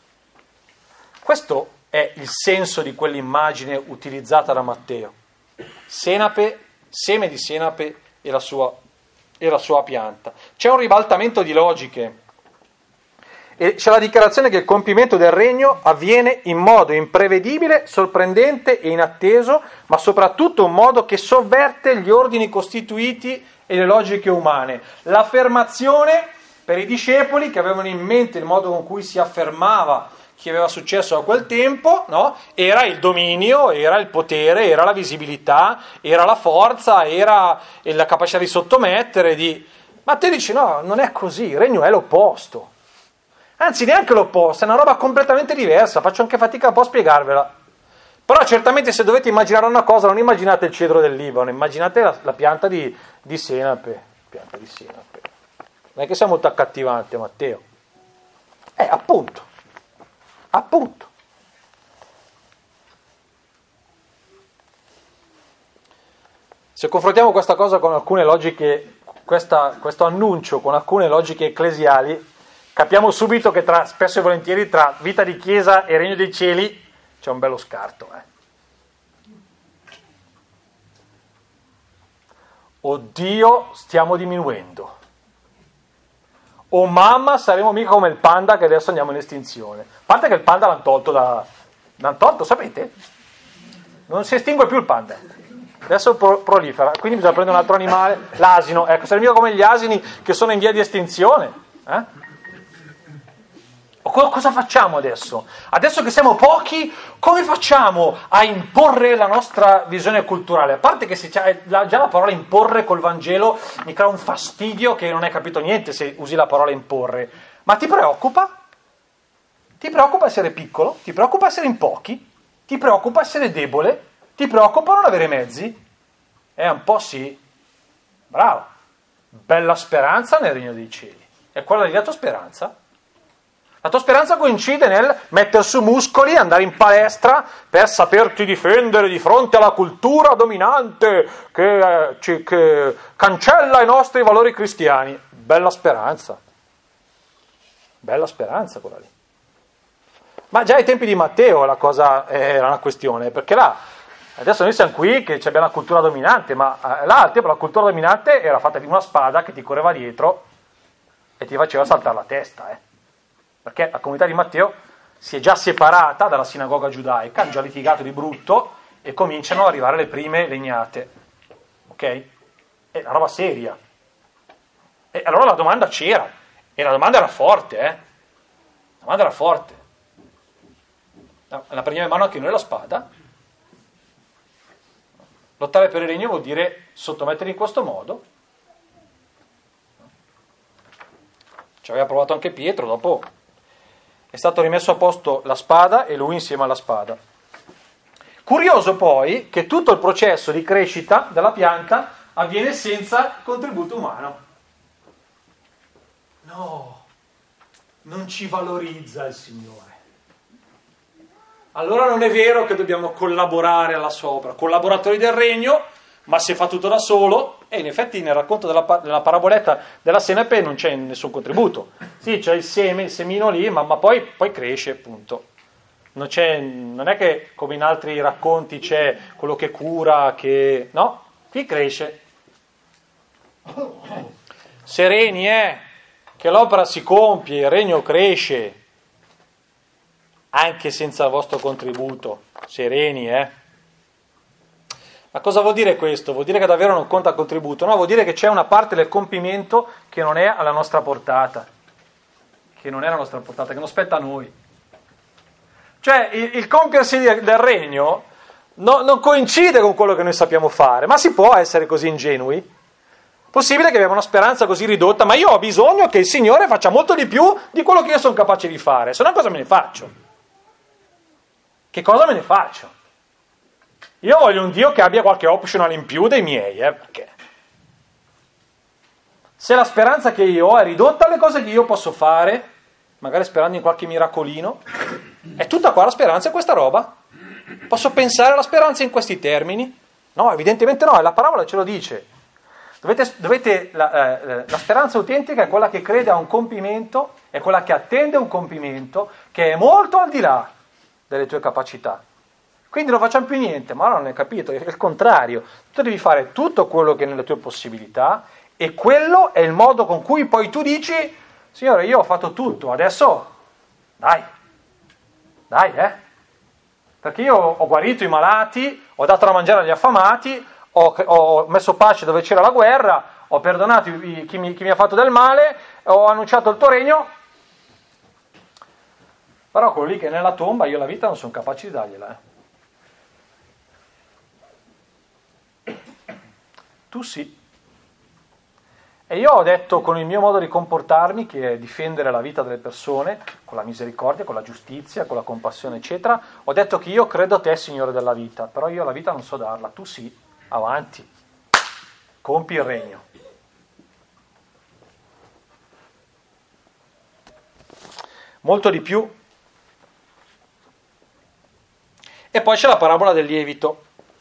questo è il senso di quell'immagine utilizzata da Matteo. Senape, seme di senape e la sua, e la sua pianta. C'è un ribaltamento di logiche. E c'è la dichiarazione che il compimento del regno avviene in modo imprevedibile, sorprendente e inatteso, ma soprattutto in modo che sovverte gli ordini costituiti e le logiche umane. L'affermazione per i discepoli che avevano in mente il modo con cui si affermava chi aveva successo a quel tempo, no? Era il dominio, era il potere, era la visibilità, era la forza, era la capacità di sottomettere, di... ma te dici no, non è così, il regno è l'opposto. Anzi, neanche l'opposto, è una roba completamente diversa, faccio anche fatica un po' a spiegarvela. Però certamente se dovete immaginare una cosa, non immaginate il cedro del Libano, immaginate la, la pianta di, di senape. Pianta di senape. Non è che sia molto accattivante, Matteo. Eh, appunto. Appunto. Se confrontiamo questa cosa con alcune logiche, questa, questo annuncio con alcune logiche ecclesiali, capiamo subito che tra, spesso e volentieri tra vita di chiesa e regno dei cieli c'è un bello scarto. Eh. Oddio, stiamo diminuendo. Oh mamma, saremo mica come il panda che adesso andiamo in estinzione. A parte che il panda l'hanno tolto da... l'hanno tolto, sapete? Non si estingue più il panda. Adesso pro- prolifera, quindi bisogna prendere un altro animale, l'asino. Ecco, saremo mica come gli asini che sono in via di estinzione. Eh? Cosa facciamo adesso? Adesso che siamo pochi, come facciamo a imporre la nostra visione culturale? A parte che se c'è già la parola imporre col Vangelo mi crea un fastidio che non hai capito niente se usi la parola imporre. Ma ti preoccupa? Ti preoccupa essere piccolo? Ti preoccupa essere in pochi? Ti preoccupa essere debole? Ti preoccupa non avere mezzi? È un po' sì. Bravo. Bella speranza nel regno dei cieli. È quella lì la tua speranza? La tua speranza coincide nel mettere su muscoli, andare in palestra per saperti difendere di fronte alla cultura dominante che, eh, ci, che cancella i nostri valori cristiani. Bella speranza. Bella speranza quella lì. Ma già ai tempi di Matteo la cosa era una questione, perché là, adesso noi siamo qui che abbiamo la cultura dominante, ma là al tempo la cultura dominante era fatta di una spada che ti correva dietro e ti faceva saltare la testa, eh. Perché la comunità di Matteo si è già separata dalla sinagoga giudaica, hanno già litigato di brutto e cominciano ad arrivare le prime legnate. Ok? È una roba seria. E allora la domanda c'era, e la domanda era forte, eh? La domanda era forte. La prendiamo in mano anche noi la spada. Lottare per il regno vuol dire sottomettere in questo modo. Ci aveva provato anche Pietro, dopo è stato rimesso a posto la spada e lui insieme alla spada. Curioso poi che tutto il processo di crescita della pianta avviene senza contributo umano. No, non ci valorizza il Signore. Allora non è vero che dobbiamo collaborare alla sua opera, collaboratori del regno, ma se fa tutto da solo, e in effetti nel racconto della, della paraboletta della senape non c'è nessun contributo. Sì, c'è il seme, il semino lì, ma, ma poi, poi cresce, appunto. Non, c'è, non è che come in altri racconti c'è quello che cura, che... no, qui cresce. Sereni, eh, che l'opera si compie, il regno cresce, anche senza il vostro contributo. Sereni, eh. Ma cosa vuol dire questo? Vuol dire che davvero non conta il contributo? No, vuol dire che c'è una parte del compimento che non è alla nostra portata, che non è alla nostra portata, che non spetta a noi. Cioè, il, il compiersi del regno no, non coincide con quello che noi sappiamo fare, ma si può essere così ingenui? Possibile che abbiamo una speranza così ridotta, ma io ho bisogno che il Signore faccia molto di più di quello che io sono capace di fare, se no cosa me ne faccio? Che cosa me ne faccio? Io voglio un Dio che abbia qualche optional in più dei miei, eh, perché se la speranza che io ho è ridotta alle cose che io posso fare, magari sperando in qualche miracolino, è tutta qua la speranza in questa roba? Posso pensare alla speranza in questi termini? No, evidentemente no, e la parabola ce lo dice. Dovete, dovete, la, eh, la speranza autentica è quella che crede a un compimento, è quella che attende un compimento che è molto al di là delle tue capacità. Quindi non facciamo più niente, ma non hai capito, è il contrario. Tu devi fare tutto quello che è nelle tue possibilità e quello è il modo con cui poi tu dici: Signore, io ho fatto tutto, adesso dai, dai, eh. Perché io ho guarito i malati, ho dato da mangiare agli affamati, ho, ho messo pace dove c'era la guerra, ho perdonato i, chi, mi, chi mi ha fatto del male, ho annunciato il tuo regno. Però quello lì che è nella tomba, io la vita non sono capace di dargliela, eh. Tu sì. E io ho detto con il mio modo di comportarmi, che è difendere la vita delle persone, con la misericordia, con la giustizia, con la compassione, eccetera, ho detto che io credo a te, Signore della vita, però io la vita non so darla, tu sì, avanti, compi il regno. Molto di più. E poi c'è la parabola del lievito.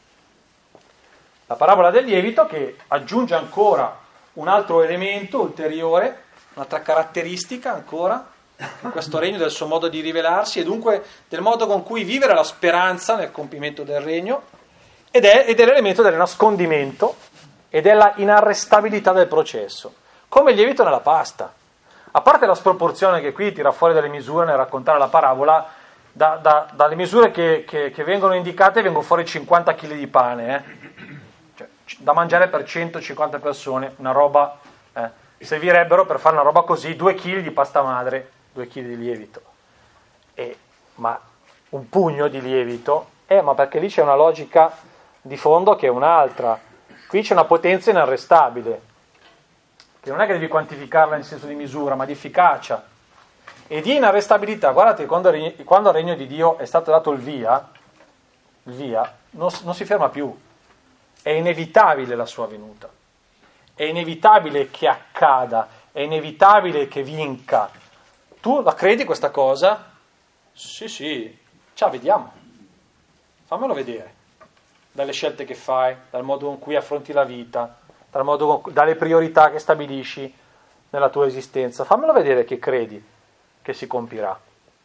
La parabola del lievito che aggiunge ancora un altro elemento ulteriore, un'altra caratteristica ancora, in questo regno del suo modo di rivelarsi e dunque del modo con cui vivere la speranza nel compimento del regno, ed è, ed è l'elemento del nascondimento e della inarrestabilità del processo, come il lievito nella pasta. A parte la sproporzione che qui tira fuori delle misure nel raccontare la parabola, da, da, dalle misure che, che, che vengono indicate vengono fuori cinquanta chili di pane, eh? Da mangiare per centocinquanta persone, una roba, eh, servirebbero per fare una roba così due chili di pasta madre, due chili di lievito. E, ma un pugno di lievito? Eh, ma perché lì c'è una logica di fondo che è un'altra. Qui c'è una potenza inarrestabile, che non è che devi quantificarla in senso di misura, ma di efficacia. E di inarrestabilità, guardate, quando, quando al regno di Dio è stato dato il via, il via non, non si ferma più. È inevitabile la sua venuta. È inevitabile che accada, è inevitabile che vinca. Tu la credi questa cosa? Sì, sì, ciao, vediamo. Fammelo vedere. Dalle scelte che fai, dal modo con cui affronti la vita, dal modo con, dalle priorità che stabilisci nella tua esistenza. Fammelo vedere che credi che si compirà.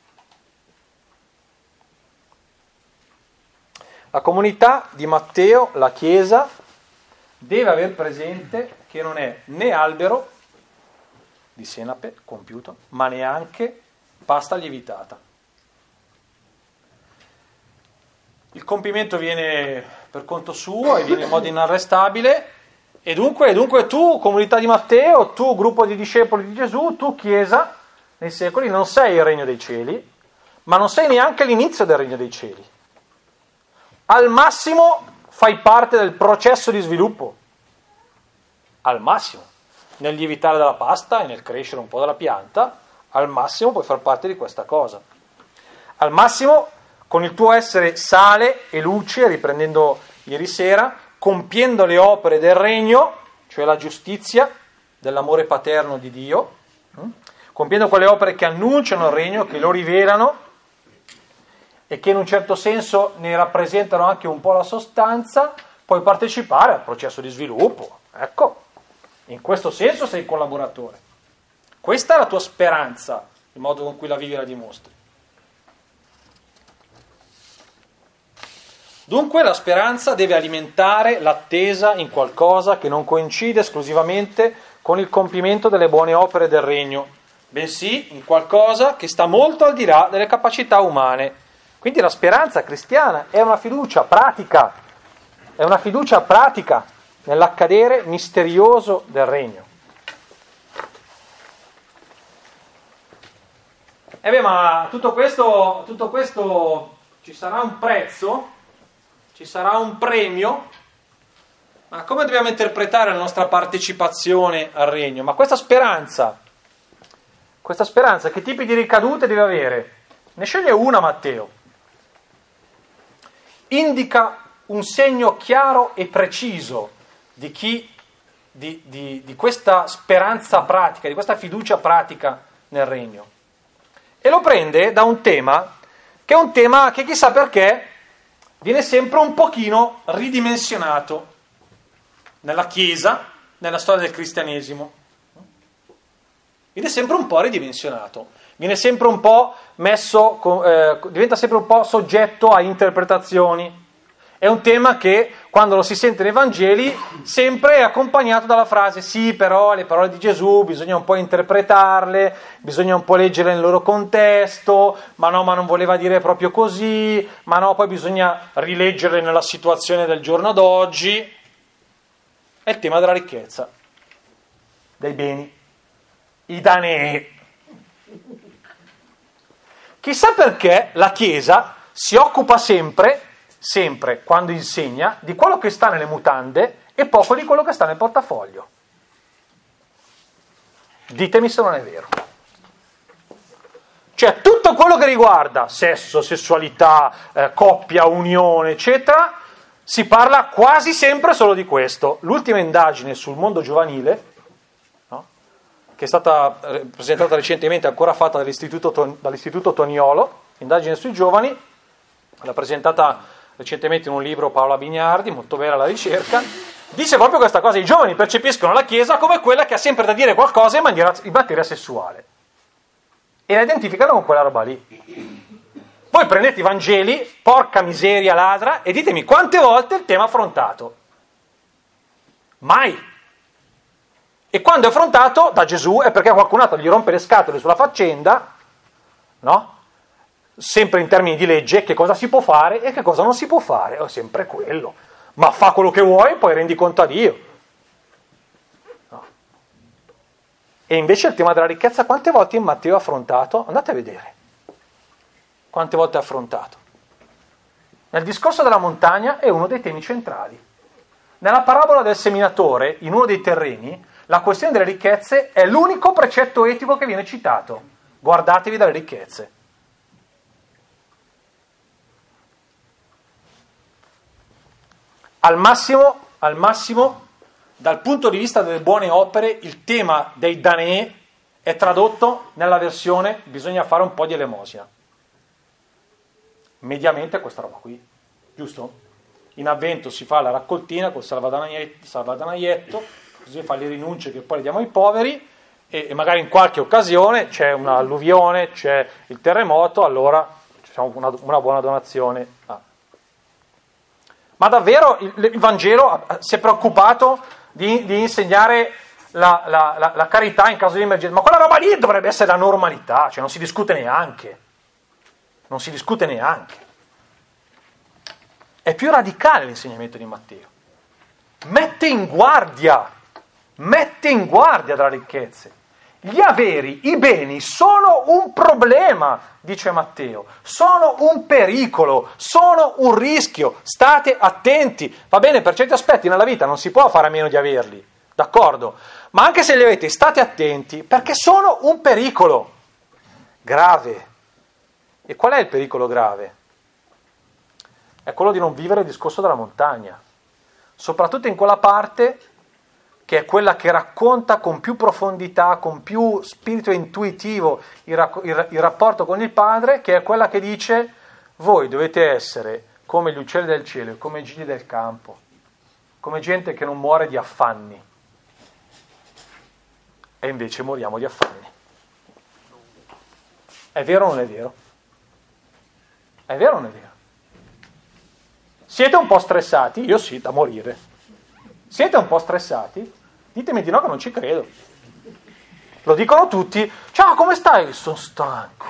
La comunità di Matteo, la Chiesa, deve aver presente che non è né albero di senape compiuto, ma neanche pasta lievitata. Il compimento viene per conto suo e viene in modo inarrestabile, e dunque, dunque tu, comunità di Matteo, tu, gruppo di discepoli di Gesù, tu, Chiesa, nei secoli, non sei il regno dei cieli, ma non sei neanche l'inizio del regno dei cieli. Al massimo fai parte del processo di sviluppo, al massimo, nel lievitare della pasta e nel crescere un po' della pianta, al massimo puoi far parte di questa cosa. Al massimo, con il tuo essere sale e luce, riprendendo ieri sera, compiendo le opere del regno, cioè la giustizia dell'amore paterno di Dio, compiendo quelle opere che annunciano il regno, che lo rivelano e che in un certo senso ne rappresentano anche un po' la sostanza, puoi partecipare al processo di sviluppo. Ecco, in questo senso sei collaboratore. Questa è la tua speranza, il modo con cui la vivi e la dimostri. Dunque la speranza deve alimentare l'attesa in qualcosa che non coincide esclusivamente con il compimento delle buone opere del regno, bensì in qualcosa che sta molto al di là delle capacità umane. Quindi la speranza cristiana è una fiducia pratica, è una fiducia pratica nell'accadere misterioso del regno. E beh, ma tutto questo, tutto questo ci sarà un prezzo? Ci sarà un premio? Ma come dobbiamo interpretare la nostra partecipazione al regno? Ma questa speranza, questa speranza che tipi di ricadute deve avere? Ne sceglie una Matteo. Indica un segno chiaro e preciso di chi, di, di, di questa speranza pratica, di questa fiducia pratica nel regno. E lo prende da un tema, che è un tema che chissà perché viene sempre un pochino ridimensionato nella Chiesa, nella storia del cristianesimo. Viene sempre un po' ridimensionato, viene sempre un po' messo, eh, diventa sempre un po' soggetto a interpretazioni. È un tema che, quando lo si sente nei Vangeli, sempre è accompagnato dalla frase sì, però le parole di Gesù bisogna un po' interpretarle, bisogna un po' leggerle nel loro contesto, ma no, ma non voleva dire proprio così, ma no, poi bisogna rileggerle nella situazione del giorno d'oggi. È il tema della ricchezza, dei beni, i danei. Chissà perché la Chiesa si occupa sempre, sempre, quando insegna, di quello che sta nelle mutande e poco di quello che sta nel portafoglio. Ditemi se non è vero. Cioè, tutto quello che riguarda sesso, sessualità, eh, coppia, unione, eccetera, si parla quasi sempre solo di questo. L'ultima indagine sul mondo giovanile, no, che è stata presentata recentemente, ancora fatta dall'istituto, dall'istituto Toniolo, indagine sui giovani, l'ha presentata recentemente in un libro Paola Bignardi, molto bella la ricerca, dice proprio questa cosa: i giovani percepiscono la Chiesa come quella che ha sempre da dire qualcosa in, maniera, in materia sessuale, e la identificano con quella roba lì. Voi prendete i Vangeli, porca miseria ladra, e ditemi quante volte il tema è affrontato? Mai. E quando è affrontato da Gesù è perché qualcun altro gli rompe le scatole sulla faccenda, no? Sempre in termini di legge, che cosa si può fare e che cosa non si può fare, è sempre quello. Ma fa quello che vuoi, poi rendi conto a Dio. No. E invece il tema della ricchezza quante volte in Matteo è affrontato? Andate a vedere. quante volte è affrontato. Nel discorso della montagna è uno dei temi centrali. Nella parabola del seminatore, in uno dei terreni, la questione delle ricchezze è l'unico precetto etico che viene citato. Guardatevi dalle ricchezze. Al massimo, al massimo, dal punto di vista delle buone opere, il tema dei danè è tradotto nella versione bisogna fare un po' di elemosina. Mediamente questa roba qui, giusto? In avvento si fa la raccoltina col salvadanaietto, salvadanaietto così fa le rinunce che poi le diamo ai poveri e, e magari in qualche occasione c'è un'alluvione, c'è il terremoto, allora facciamo una, una buona donazione. Ah. Ma davvero il, il Vangelo si è preoccupato di, di insegnare la, la, la, la carità in caso di emergenza? Ma quella roba lì dovrebbe essere la normalità, cioè non si discute neanche. Non si discute neanche. È più radicale l'insegnamento di Matteo. Mette in guardia, mette in guardia dalle ricchezze. Gli averi, i beni sono un problema, dice Matteo, sono un pericolo, sono un rischio, state attenti. Va bene, per certi aspetti nella vita non si può fare a meno di averli, d'accordo? Ma anche se li avete, state attenti, perché sono un pericolo grave. E qual è il pericolo grave? È quello di non vivere il discorso della montagna, soprattutto in quella parte che è quella che racconta con più profondità, con più spirito intuitivo il, rac- il, il rapporto con il Padre, che è quella che dice: voi dovete essere come gli uccelli del cielo, come i gigli del campo, come gente che non muore di affanni. E invece moriamo di affanni. È vero o non è vero? È vero o non è vero? Siete un po' stressati? Io sì, da morire. Siete un po' stressati? Ditemi di no che non ci credo. Lo dicono tutti. Ciao, come stai? Sono stanco.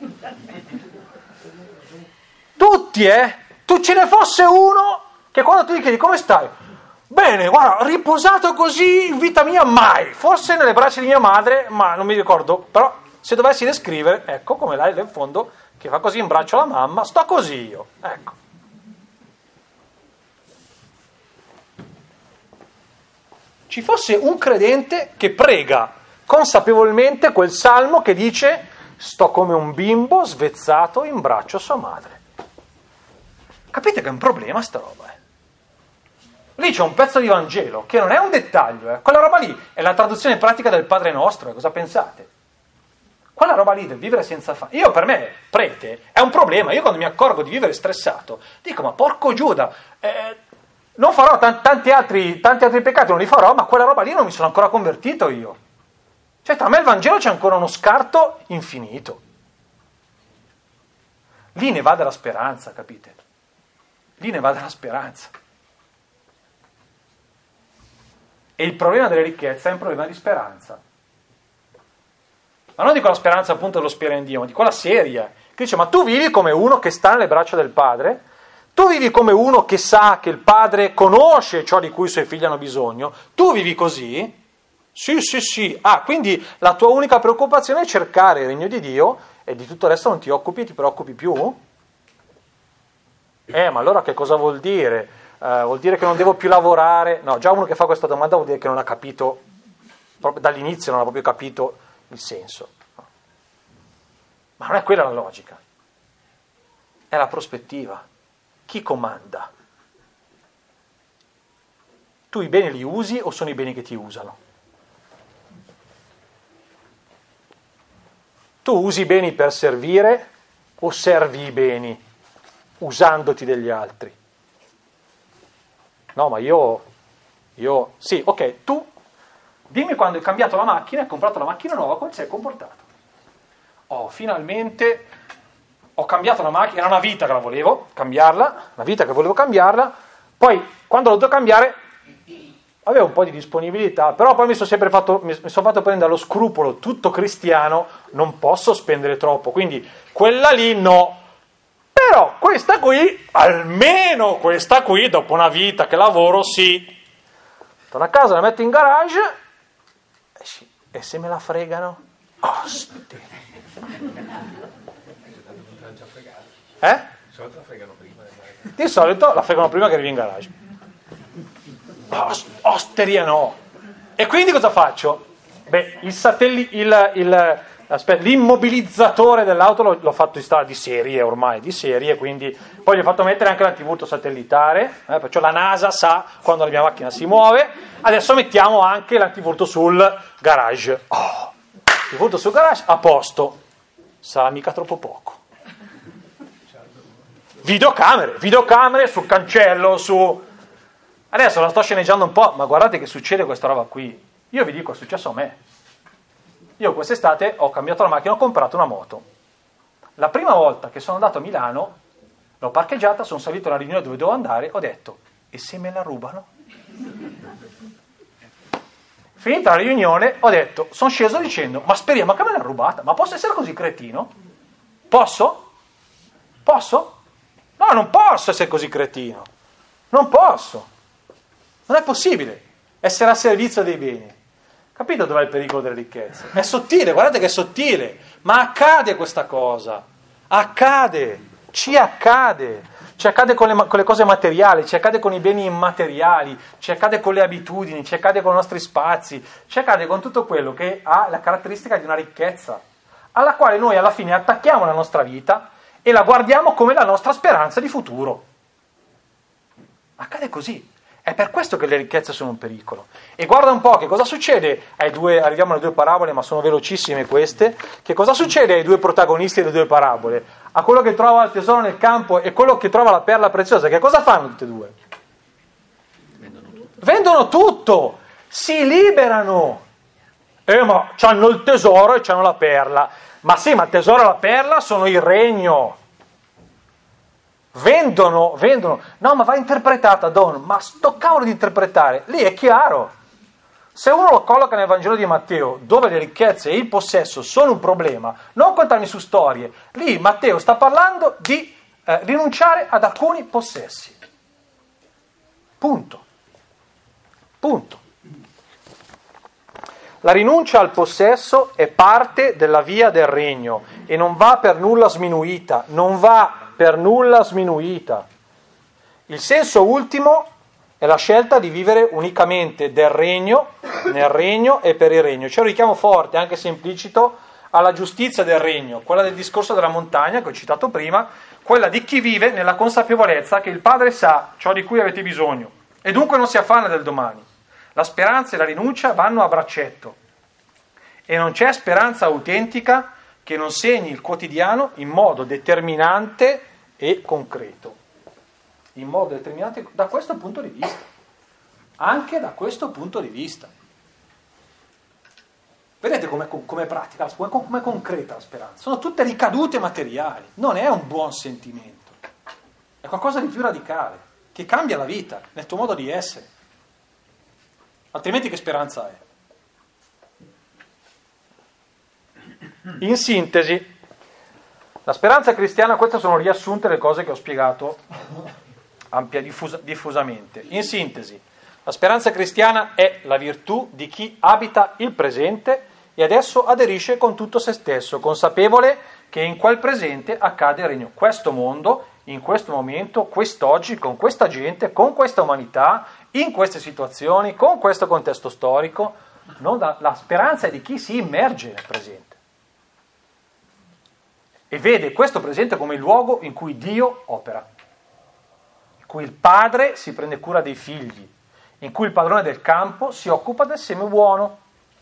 Tutti, eh? Tu ce ne fosse uno che quando tu gli chiedi come stai? Bene, guarda, riposato così in vita mia mai. Forse nelle braccia di mia madre, ma non mi ricordo. Però se dovessi descrivere, ecco come lei là in fondo che fa così in braccio alla mamma, sto così io. Ecco. Ci fosse un credente che prega consapevolmente quel salmo che dice: sto come un bimbo svezzato in braccio a sua madre. Capite che è un problema sta roba, eh? Lì c'è un pezzo di Vangelo che non è un dettaglio, eh? Quella roba lì è la traduzione pratica del Padre Nostro, eh? Cosa pensate? Quella roba lì del vivere senza fame, io per me, prete, è un problema. Io quando mi accorgo di vivere stressato dico: ma porco Giuda, eh, non farò t- tanti, altri, tanti altri peccati, non li farò, ma quella roba lì non mi sono ancora convertito io. Cioè tra me e il Vangelo c'è ancora uno scarto infinito. Lì ne va della speranza, capite? Lì ne va della speranza. E il problema delle ricchezze è un problema di speranza. Ma non di quella speranza appunto dello spirare in Dio, ma di quella seria, che dice: ma tu vivi come uno che sta nelle braccia del Padre? Tu vivi come uno che sa che il Padre conosce ciò di cui i suoi figli hanno bisogno? Tu vivi così? Sì, sì, sì. Ah, quindi la tua unica preoccupazione è cercare il regno di Dio e di tutto il resto non ti occupi e ti preoccupi più? Eh, ma allora che cosa vuol dire? Uh, vuol dire che non devo più lavorare? No, già uno che fa questa domanda vuol dire che non ha capito, proprio dall'inizio non ha proprio capito il senso. Ma non è quella la logica, è la prospettiva. Chi comanda? Tu i beni li usi o sono i beni che ti usano? Tu usi i beni per servire o servi i beni usandoti degli altri? No, ma io, io, sì, ok, tu dimmi quando hai cambiato la macchina, hai comprato la macchina nuova, come ti sei comportato? Oh, finalmente ho cambiato la macchina, era una vita che la volevo cambiarla, una vita che volevo cambiarla, poi quando l'ho dovuto cambiare avevo un po' di disponibilità, però poi mi sono sempre fatto, mi sono fatto prendere lo scrupolo tutto cristiano, non posso spendere troppo, quindi quella lì no. Però questa qui, almeno questa qui, dopo una vita che lavoro, sì. Torno a casa, la metto in garage, e se me la fregano? Osti. Eh? Di solito la fregano prima. Di solito la fregano prima che arrivi in garage. Osteria no. E quindi cosa faccio? Beh, il satellite, il, il, aspetta, l'immobilizzatore dell'auto l'ho, l'ho fatto installare di serie ormai, di serie, quindi poi gli ho fatto mettere anche l'antivurto satellitare, eh, perciò la NASA sa quando la mia macchina si muove. Adesso mettiamo anche l'antivurto sul garage. Oh, l'antivurto sul garage, a posto. Sarà mica troppo poco. Videocamere, videocamere sul cancello, su... Adesso la sto sceneggiando un po', ma guardate che succede questa roba qui. Io vi dico, è successo a me. Io quest'estate ho cambiato la macchina, ho comprato una moto. La prima volta che sono andato a Milano, l'ho parcheggiata, sono salito alla riunione dove dovevo andare, ho detto, e se me la rubano? Finita la riunione, ho detto, sono sceso dicendo, ma speriamo che me l'ha rubata, ma posso essere così cretino? Posso? Posso? No, non posso essere così cretino. Non posso. Non è possibile essere a servizio dei beni. Capito dov'è il pericolo delle ricchezze? È sottile, guardate che è sottile, ma accade questa cosa. Accade, ci accade. Ci accade con le, con le cose materiali, ci accade con i beni immateriali, ci accade con le abitudini, ci accade con i nostri spazi, ci accade con tutto quello che ha la caratteristica di una ricchezza, alla quale noi alla fine attacchiamo la nostra vita e la guardiamo come la nostra speranza di futuro. Accade così. È per questo che le ricchezze sono un pericolo. E guarda un po' che cosa succede ai due, arriviamo alle due parabole, ma sono velocissime queste. Che cosa succede ai due protagonisti delle due parabole? A quello che trova il tesoro nel campo e quello che trova la perla preziosa. Che cosa fanno tutti e due? Vendono tutto. Vendono tutto, si liberano. Eh, ma c'hanno il tesoro e c'hanno la perla. Ma sì, ma il tesoro e la perla sono il regno. Vendono, vendono, no ma va interpretata, Don, ma sto cavolo di interpretare, lì è chiaro, se uno lo colloca nel Vangelo di Matteo, dove le ricchezze e il possesso sono un problema, non contarmi su storie, lì Matteo sta parlando di eh, rinunciare ad alcuni possessi, punto, punto. La rinuncia al possesso è parte della via del regno e non va per nulla sminuita, non va per nulla sminuita. Il senso ultimo è la scelta di vivere unicamente del regno, nel regno e per il regno. C'è un richiamo forte, anche se implicito, alla giustizia del regno, quella del discorso della montagna che ho citato prima, quella di chi vive nella consapevolezza che il Padre sa ciò di cui avete bisogno e dunque non si affanna del domani. La speranza e la rinuncia vanno a braccetto e non c'è speranza autentica che non segni il quotidiano in modo determinante e concreto. In modo determinante da questo punto di vista. Anche da questo punto di vista. Vedete com'è, com'è pratica, com'è concreta la speranza. Sono tutte ricadute materiali. Non è un buon sentimento. È qualcosa di più radicale, che cambia la vita, nel tuo modo di essere. Altrimenti che speranza è? In sintesi, la speranza cristiana, queste sono riassunte le cose che ho spiegato ampia, diffusa, diffusamente. In sintesi, la speranza cristiana è la virtù di chi abita il presente e adesso aderisce con tutto se stesso, consapevole che in quel presente accade il regno. Questo mondo, in questo momento, quest'oggi, con questa gente, con questa umanità, in queste situazioni, con questo contesto storico, non da, la speranza è di chi si immerge nel presente. E vede questo presente come il luogo in cui Dio opera, in cui il padre si prende cura dei figli, in cui il padrone del campo si occupa del seme buono.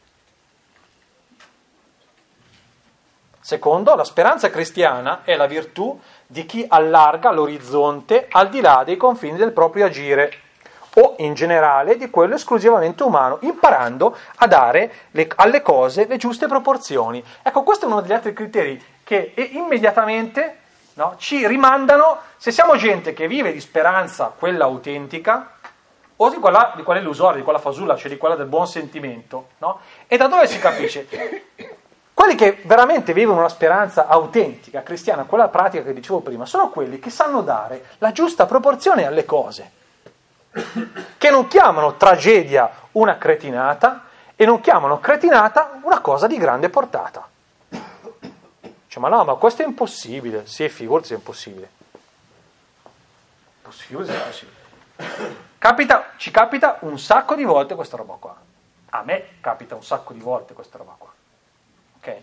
Secondo, la speranza cristiana è la virtù di chi allarga l'orizzonte al di là dei confini del proprio agire, o in generale di quello esclusivamente umano, imparando a dare le, alle cose le giuste proporzioni. Ecco, questo è uno degli altri criteri che immediatamente, no, ci rimandano, se siamo gente che vive di speranza, quella autentica, o di quella, di quella illusoria, di quella fasulla, cioè di quella del buon sentimento, no? E da dove si capisce? Quelli che veramente vivono una speranza autentica, cristiana, quella pratica che dicevo prima, sono quelli che sanno dare la giusta proporzione alle cose, che non chiamano tragedia una cretinata e non chiamano cretinata una cosa di grande portata. Dice, ma no, ma questo è impossibile. Sì, figurati se è impossibile. Figurati se è impossibile. Capita, ci capita un sacco di volte questa roba qua. A me capita un sacco di volte questa roba qua. Ok?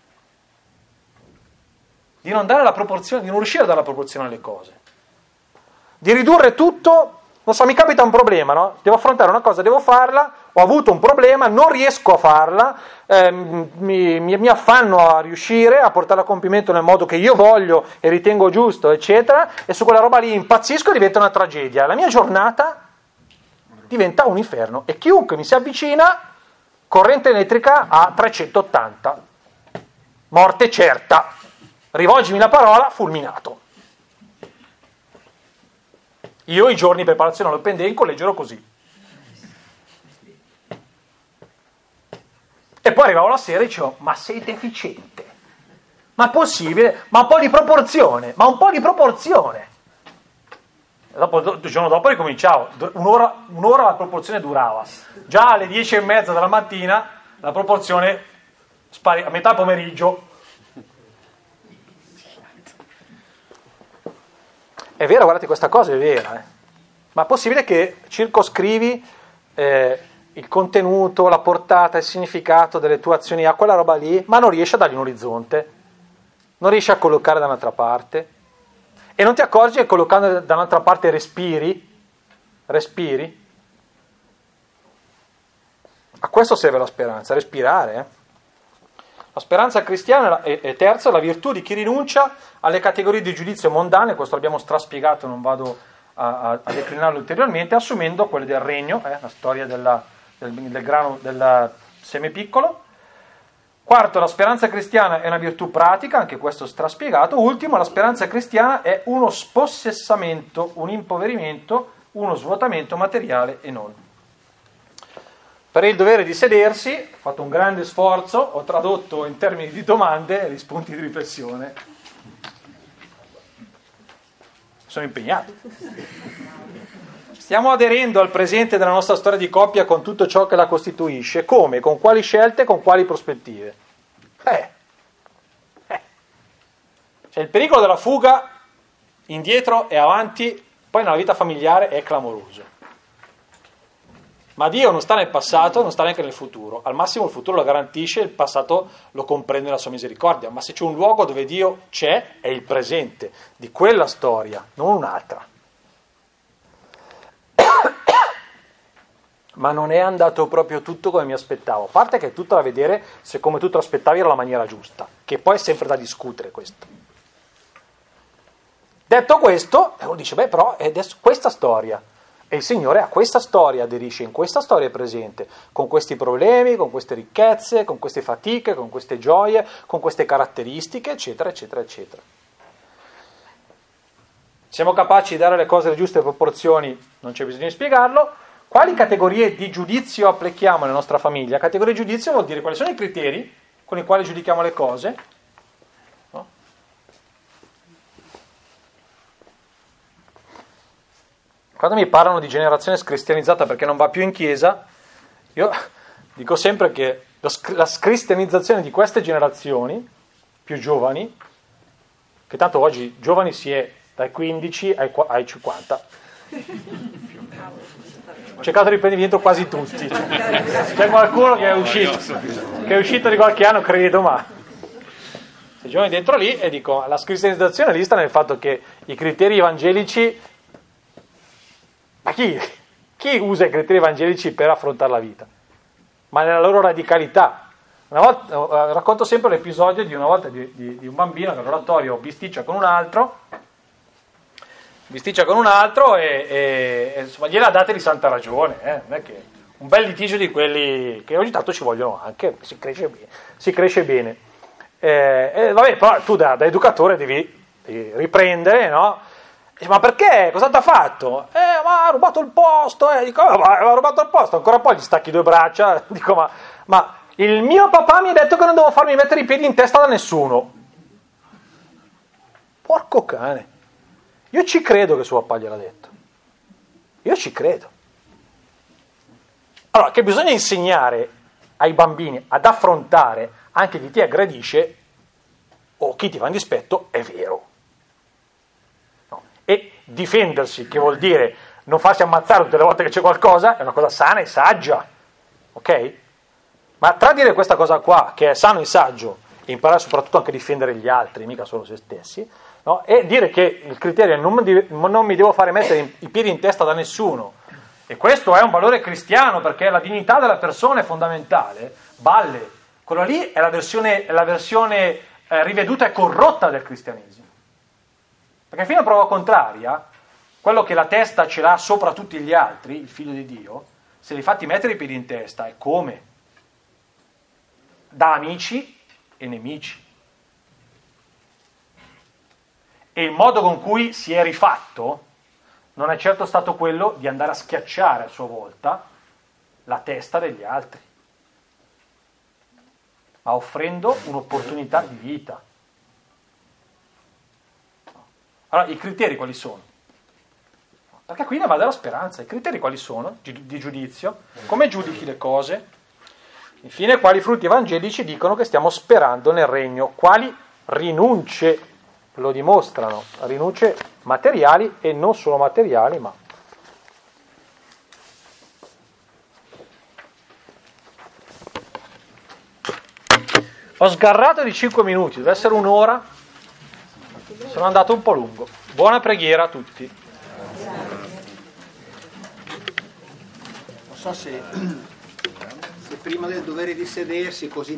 Di non dare la proporzione, di non riuscire a dare la proporzione alle cose. Di ridurre tutto, non so, mi capita un problema, no? Devo affrontare una cosa, devo farla, ho avuto un problema, non riesco a farla, eh, mi, mi, mi affanno a riuscire a portarla a compimento nel modo che io voglio e ritengo giusto, eccetera, e su quella roba lì impazzisco e diventa una tragedia. La mia giornata diventa un inferno e chiunque mi si avvicina, corrente elettrica a trecentottanta, morte certa, rivolgimi la parola, fulminato. Io i giorni di preparazione all'Open Day in collegio ero così. E poi arrivavo la sera e dicevo, ma sei deficiente? Ma è possibile? Ma un po' di proporzione, ma un po' di proporzione. E dopo, il giorno dopo ricominciavo, un'ora, un'ora la proporzione durava. Già alle dieci e mezza della mattina la proporzione spari, a metà pomeriggio. È vero, guardate, questa cosa è vera, eh? Ma è possibile che circoscrivi eh, il contenuto, la portata, il significato delle tue azioni a quella roba lì, ma non riesci a dargli un orizzonte, non riesci a collocare da un'altra parte, e non ti accorgi che collocando da un'altra parte respiri, respiri. A questo serve la speranza, respirare, eh? La speranza cristiana è, è terzo, la virtù di chi rinuncia alle categorie di giudizio mondane, questo l'abbiamo straspiegato, non vado a, a, a declinarlo ulteriormente, assumendo quelle del regno, eh, la storia della, del, del grano, del seme piccolo. Quarto, la speranza cristiana è una virtù pratica, anche questo straspiegato. Ultimo, la speranza cristiana è uno spossessamento, un impoverimento, uno svuotamento materiale e non. Per il dovere di sedersi, ho fatto un grande sforzo, ho tradotto in termini di domande gli spunti di riflessione. Sono impegnato. Stiamo aderendo al presente della nostra storia di coppia con tutto ciò che la costituisce. Come? Con quali scelte? Con quali prospettive? Eh. eh. Cioè il pericolo della fuga indietro e avanti, poi nella vita familiare è clamoroso. Ma Dio non sta nel passato, non sta neanche nel futuro. Al massimo il futuro lo garantisce, il passato lo comprende nella sua misericordia. Ma se c'è un luogo dove Dio c'è, è il presente di quella storia, non un'altra. Ma non è andato proprio tutto come mi aspettavo. A parte che è tutto da vedere se come tu te lo aspettavi era la maniera giusta, che poi è sempre da discutere questo. Detto questo, uno dice, beh però è adesso questa storia. E il Signore a questa storia aderisce, in questa storia è presente, con questi problemi, con queste ricchezze, con queste fatiche, con queste gioie, con queste caratteristiche, eccetera, eccetera, eccetera. Siamo capaci di dare alle cose le giuste proporzioni, non c'è bisogno di spiegarlo. Quali categorie di giudizio applichiamo nella nostra famiglia? Categorie di giudizio vuol dire quali sono i criteri con i quali giudichiamo le cose, no? Quando mi parlano di generazione scristianizzata perché non va più in chiesa, io dico sempre che la scristianizzazione di queste generazioni più giovani, che tanto oggi giovani si è dai quindici ai cinquanta, ho cercato di prendere dentro quasi tutti, c'è qualcuno che è uscito che è uscito di qualche anno, credo, ma sei giovani dentro lì, e dico, la cristianizzazione lì sta nel fatto che i criteri evangelici, ma chi, chi usa i criteri evangelici per affrontare la vita? Ma nella loro radicalità. Una volta, racconto sempre l'episodio di una volta di, di, di un bambino che all'oratorio bisticcia con un altro bisticcia con un altro e, e, e insomma, gliela date di santa ragione, eh? Non è che un bel litigio di quelli che ogni tanto ci vogliono anche, si cresce bene, si cresce bene. Eh, eh, vabbè, però tu da, da educatore devi, devi riprendere, no? E, ma perché? Cosa ti ha fatto? Eh, ma ha rubato il posto, eh. Dico, ma ha rubato il posto, ancora poi gli stacchi due braccia, dico, ma, ma il mio papà mi ha detto che non devo farmi mettere i piedi in testa da nessuno. Porco cane. Io ci credo che suo papà gliel'ha detto. Io ci credo. Allora, che bisogna insegnare ai bambini ad affrontare anche chi ti aggredisce, o chi ti fa un dispetto è vero. No. E difendersi, che vuol dire non farsi ammazzare tutte le volte che c'è qualcosa, è una cosa sana e saggia, ok? Ma tra dire questa cosa qua, che è sano e saggio, e imparare soprattutto anche a difendere gli altri, mica solo se stessi, no? E dire che il criterio è non mi, non mi devo fare mettere i piedi in testa da nessuno, e questo è un valore cristiano, perché la dignità della persona è fondamentale, balle, quello lì è la versione, è la versione eh, riveduta e corrotta del cristianesimo. Perché fino a prova contraria, quello che la testa ce l'ha sopra tutti gli altri, il figlio di Dio, se li fatti mettere i piedi in testa, è come? Da amici e nemici. E il modo con cui si è rifatto non è certo stato quello di andare a schiacciare a sua volta la testa degli altri, ma offrendo un'opportunità di vita. Allora, i criteri quali sono? Perché qui ne va della speranza. I criteri quali sono di giudizio? Come giudichi le cose? Infine, quali frutti evangelici dicono che stiamo sperando nel regno? Quali rinunce lo dimostrano? Rinunce materiali e non solo materiali, ma... Ho sgarrato di cinque minuti, deve essere un'ora, sono andato un po' lungo. Buona preghiera a tutti. Non so se, se prima del dovere di sedersi così